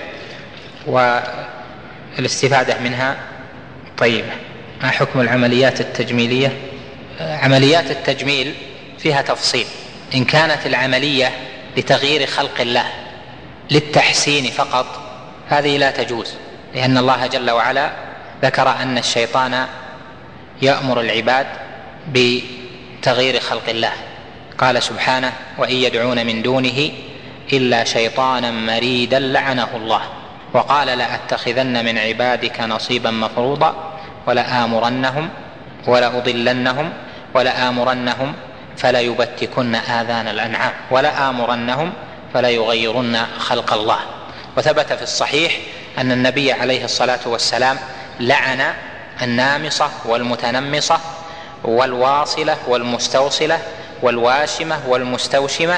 والاستفادة منها طيبة. ما حكم العمليات التجميلية؟ عمليات التجميل فيها تفصيل. إن كانت العملية لتغيير خلق الله للتحسين فقط هذه لا تجوز، لأن الله جل وعلا ذكر أن الشيطان يأمر العباد بتغيير خلق الله. قال سبحانه: وإن يدعون من دونه إلا شيطانا مريدا لعنه الله. وقال: لأتخذن من عبادك نصيبا مفروضا ولآمرنهم ولأضلنهم ولآمرنهم فليبتكن آذان الأنعام ولآمرنهم فليغيرن خلق الله. وثبت في الصحيح أن النبي عليه الصلاة والسلام لعن النامصة والمتنمصة والواصلة والمستوصلة والواشمة والمستوشمة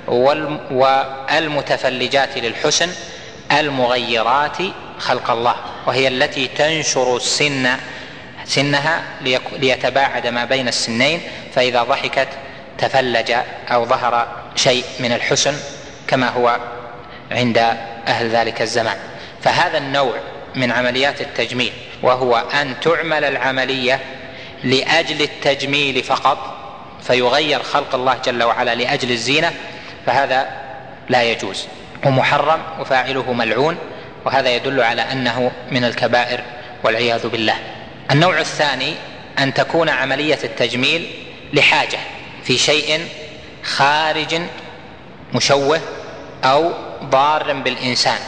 والمتفلجات للحسن المغيرات خلق الله، وهي التي تنشر سنها ليتباعد ما بين السنين، فإذا ضحكت تفلج أو ظهر شيء من الحسن كما هو عند أهل ذلك الزمان. فهذا النوع من عمليات التجميل، وهو أن تعمل العملية لأجل التجميل فقط فيغير خلق الله جل وعلا لأجل الزينة، فهذا لا يجوز ومحرم وفاعله ملعون، وهذا يدل على أنه من الكبائر والعياذ بالله. النوع الثاني أن تكون عملية التجميل لحاجة في شيء خارج مشوه أو ضار بالإنسان،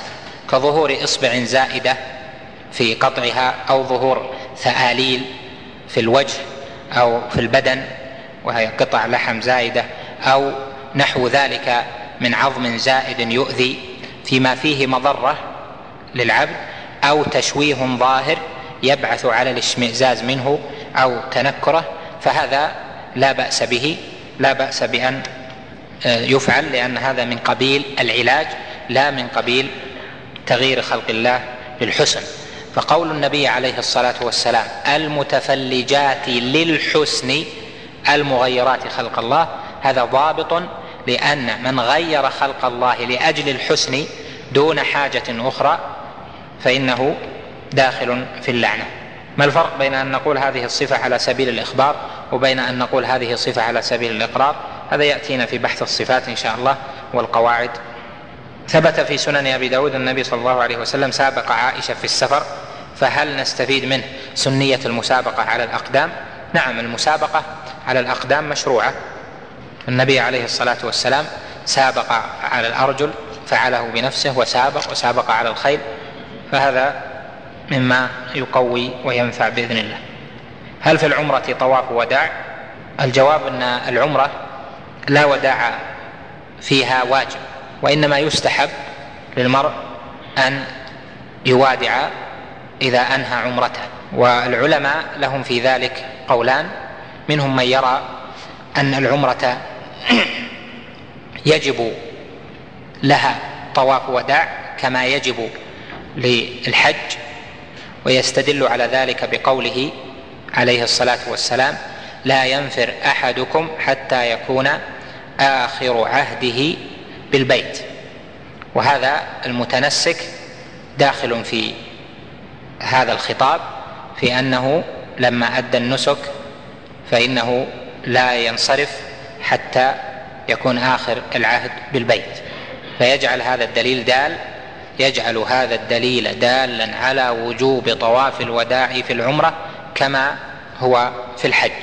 كظهور إصبع زائدة في قطعها، أو ظهور ثآليل في الوجه أو في البدن وهي قطع لحم زائدة، أو نحو ذلك من عظم زائد يؤذي فيما فيه مضرة للعبد، أو تشويه ظاهر يبعث على الاشمئزاز منه أو تنكره، فهذا لا بأس به، لا بأس بأن يفعل، لأن هذا من قبيل العلاج لا من قبيل تغيير خلق الله للحسن. فقول النبي عليه الصلاة والسلام المتفلجات للحسن المغيرات خلق الله، هذا ضابط، لأن من غير خلق الله لأجل الحسن دون حاجة أخرى فإنه داخل في اللعنة. ما الفرق بين أن نقول هذه الصفة على سبيل الإخبار وبين أن نقول هذه الصفة على سبيل الإقرار؟ هذا يأتينا في بحث الصفات إن شاء الله والقواعد. ثبت في سنن أبي داود النبي صلى الله عليه وسلم سابق عائشة في السفر، فهل نستفيد منه سنية المسابقة على الأقدام؟ نعم، المسابقة على الأقدام مشروعة. النبي عليه الصلاة والسلام سابق على الأرجل، فعله بنفسه وسابق على الخيل، فهذا مما يقوي وينفع بإذن الله. هل في العمرة طواف وداع؟ الجواب أن العمرة لا وداع فيها واجب، وإنما يستحب للمرء أن يوادع إذا أنهى عمرته، والعلماء لهم في ذلك قولان، منهم من يرى أن العمرة يجب لها طواف وداع كما يجب للحج، ويستدل على ذلك بقوله عليه الصلاة والسلام لا ينفر أحدكم حتى يكون آخر عهده بالبيت، وهذا المتنسك داخل في هذا الخطاب في أنه لما أدى النسك فإنه لا ينصرف حتى يكون آخر العهد بالبيت، فيجعل هذا الدليل دالا على وجوب طواف الوداع في العمرة كما هو في الحج.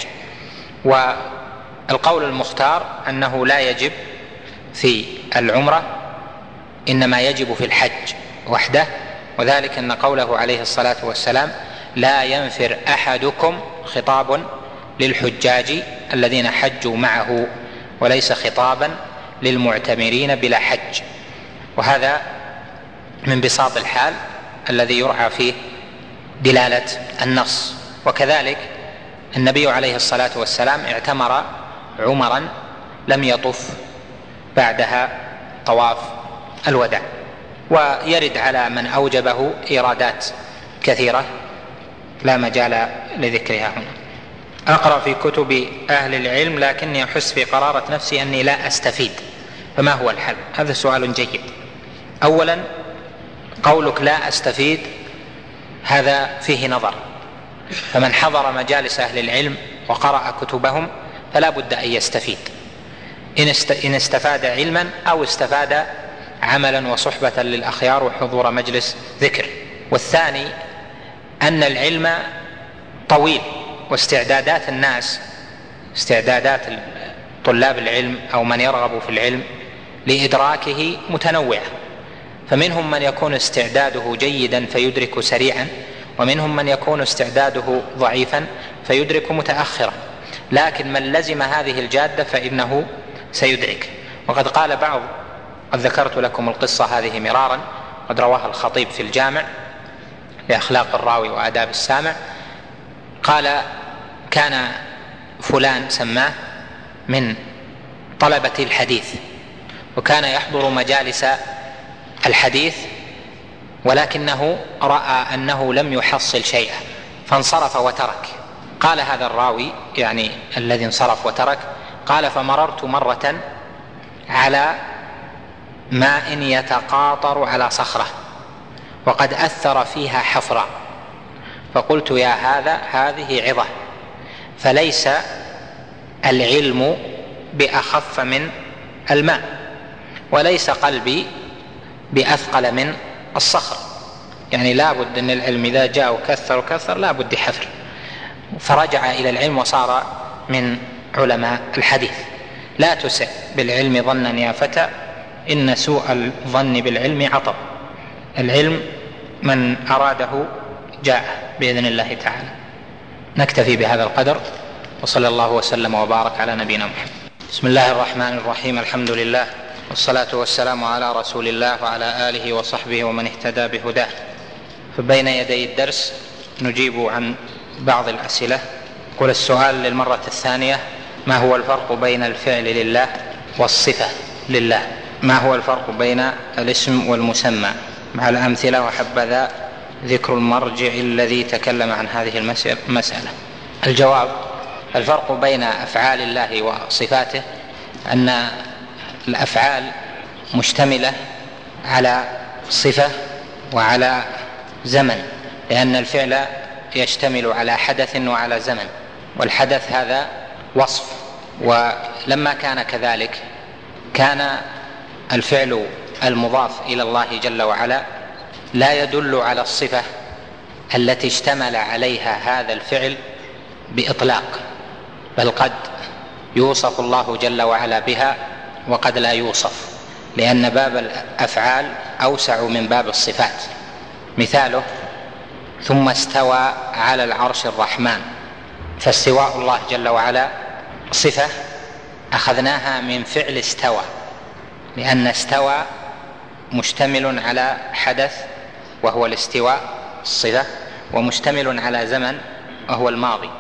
والقول المختار أنه لا يجب في العمرة، إنما يجب في الحج وحده، وذلك أن قوله عليه الصلاة والسلام لا ينفر أحدكم خطاب للحجاج الذين حجوا معه، وليس خطابا للمعتمرين بلا حج، وهذا من بساط الحال الذي يرعى فيه دلالة النص. وكذلك النبي عليه الصلاة والسلام اعتمر عمرا لم يطف بعدها طواف الوداع، ويرد على من أوجبه إيرادات كثيرة لا مجال لذكرها هنا. أقرأ في كتب أهل العلم لكني أحس في قرارة نفسي أني لا أستفيد، فما هو الحل؟ هذا سؤال جيد. أولا، قولك لا أستفيد هذا فيه نظر، فمن حضر مجالس أهل العلم وقرأ كتبهم فلا بد أن يستفيد، إن استفاد علما أو استفاد عملا وصحبة للأخيار وحضور مجلس ذكر. والثاني أن العلم طويل، واستعدادات الناس، استعدادات طلاب العلم أو من يرغب في العلم لإدراكه متنوعة، فمنهم من يكون استعداده جيدا فيدرك سريعا، ومنهم من يكون استعداده ضعيفا فيدرك متأخرا، لكن من لزم هذه الجادة فإنه سيدرك. وقد قال بعض، قد ذكرت لكم القصة هذه مرارا، قد رواها الخطيب في الجامع لأخلاق الراوي وآداب السامع، قال كان فلان سماه من طلبة الحديث، وكان يحضر مجالس الحديث، ولكنه رأى أنه لم يحصل شيئا فانصرف وترك. قال هذا الراوي يعني الذي انصرف وترك، قال فمررت مرة على ماء يتقاطر على صخرة وقد أثر فيها حفرا، فقلت يا هذه عظة، فليس العلم بأخف من الماء، وليس قلبي بأثقل من الصخر، يعني لا بد أن العلم إذا جاء وكثر لا بد حفر. فرجع إلى العلم وصار من علماء الحديث. لا تسع بالعلم ظنا يا فتى، إن سوء الظن بالعلم عطب. العلم من أراده جاء بإذن الله تعالى. نكتفي بهذا القدر، وصلى الله وسلم وبارك على نبينا محمد. بسم الله الرحمن الرحيم. الحمد لله والصلاة والسلام على رسول الله وعلى آله وصحبه ومن اهتدى بهداه. فبين يدي الدرس نجيب عن بعض الأسئلة. يقول السؤال للمرة الثانية: ما هو الفرق بين الفعل لله والصفة لله؟ ما هو الفرق بين الاسم والمسمى؟ مع الأمثلة، وحبذا ذكر المرجع الذي تكلم عن هذه المسألة. الجواب: الفرق بين أفعال الله وصفاته أن الأفعال مشتملة على صفة وعلى زمن، لأن الفعل يشتمل على حدث وعلى زمن، والحدث هذا وصف. ولما كان كذلك كان الفعل المضاف إلى الله جل وعلا لا يدل على الصفة التي اشتمل عليها هذا الفعل بإطلاق، بل قد يوصف الله جل وعلا بها وقد لا يوصف، لأن باب الأفعال أوسع من باب الصفات. مثاله: ثم استوى على العرش الرحمن. فاستواء الله جل وعلا صفة أخذناها من فعل استوى، لأن استوى مشتمل على حدث وهو الاستواء الصفة، ومشتمل على زمن وهو الماضي.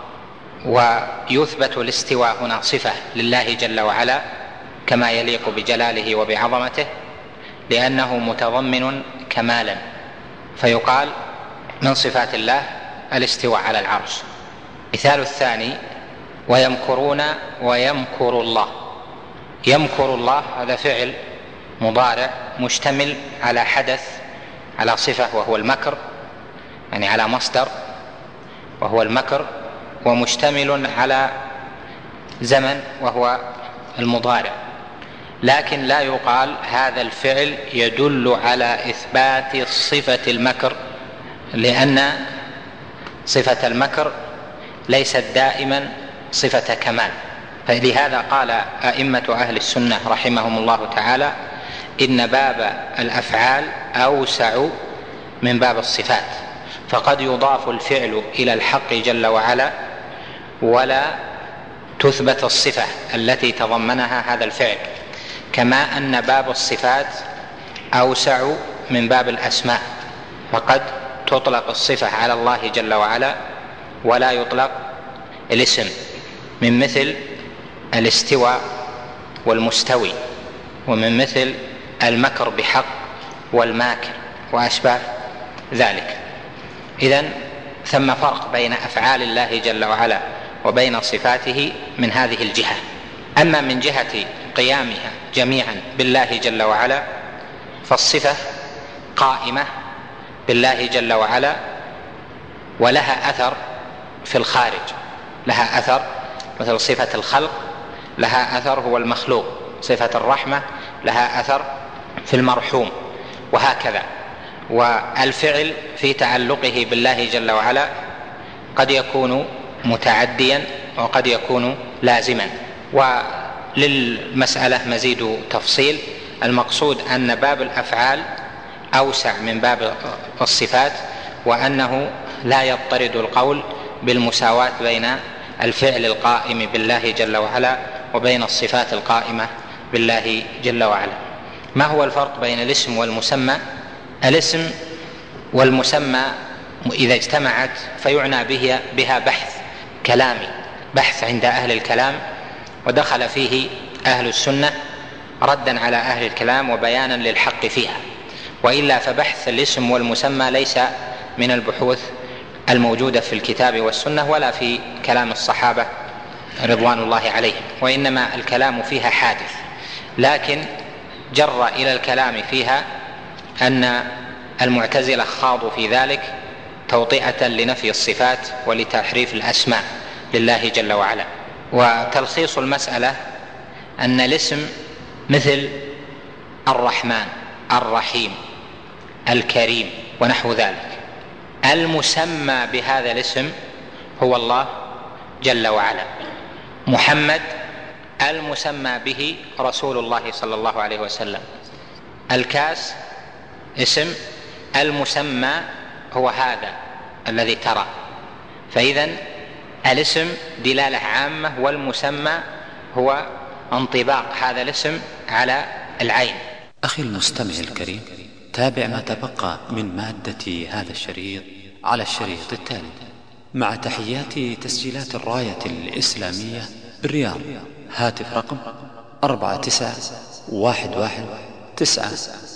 ويثبت الاستواء هنا صفة لله جل وعلا كما يليق بجلاله وبعظمته، لأنه متضمن كمالا، فيقال من صفات الله الاستواء على العرش. مثال الثاني: ويمكرون ويمكر الله. يمكر الله هذا فعل مضارع مشتمل على حدث، على صفة وهو المكر، يعني على مصدر وهو المكر، ومشتمل على زمن وهو المضارع. لكن لا يقال هذا الفعل يدل على إثبات صفة المكر، لأن صفة المكر ليست دائما صفة كمال. فلهذا قال أئمة أهل السنة رحمهم الله تعالى: إن باب الأفعال أوسع من باب الصفات، فقد يضاف الفعل إلى الحق جل وعلا ولا تثبت الصفة التي تضمنها هذا الفعل، كما أن باب الصفات أوسع من باب الأسماء، فقد تطلق الصفة على الله جل وعلا ولا يطلق الاسم، من مثل الاستواء والمستوي، ومن مثل المكر بحق والماكر وأشباه ذلك. إذن ثم فرق بين أفعال الله جل وعلا وبين صفاته من هذه الجهة. أما من جهة قيامها جميعا بالله جل وعلا فالصفة قائمة بالله جل وعلا ولها أثر في الخارج، لها أثر، مثل صفة الخلق لها أثر هو المخلوق، صفة الرحمة لها أثر في المرحوم، وهكذا. والفعل في تعلقه بالله جل وعلا قد يكون متعديا وقد يكون لازما. وللمسألة مزيد تفصيل. المقصود أن باب الأفعال أوسع من باب الصفات، وأنه لا يضطرد القول بالمساواة بين الفعل القائم بالله جل وعلا وبين الصفات القائمة بالله جل وعلا. ما هو الفرق بين الاسم والمسمى؟ الاسم والمسمى إذا اجتمعت فيعنى بها بحث كلامي، بحث عند أهل الكلام، ودخل فيه أهل السنة ردا على أهل الكلام وبيانا للحق فيها. وإلا فبحث الاسم والمسمى ليس من البحوث الموجودة في الكتاب والسنة ولا في كلام الصحابة رضوان الله عليهم، وإنما الكلام فيها حادث. لكن جر إلى الكلام فيها أن المعتزلة خاضوا في ذلك توطئة لنفي الصفات ولتحريف الأسماء لله جل وعلا. وتلخيص المسألة أن الاسم مثل الرحمن، الرحيم، الكريم ونحو ذلك. المسمى بهذا الاسم هو الله جل وعلا. محمد المسمى به رسول الله صلى الله عليه وسلم. الكاس اسم المسمى هو هذا الذي ترى، فإذن الاسم دلالة عامة، والمسمى هو انطباق هذا الاسم على العين. أخي المستمع الكريم، تابع ما تبقى من مادة هذا الشريط على الشريط التالي، مع تحيات تسجيلات الراية الإسلامية بالرياض. هاتف رقم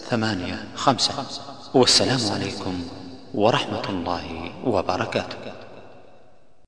49111985. والسلام عليكم ورحمة الله وبركاته.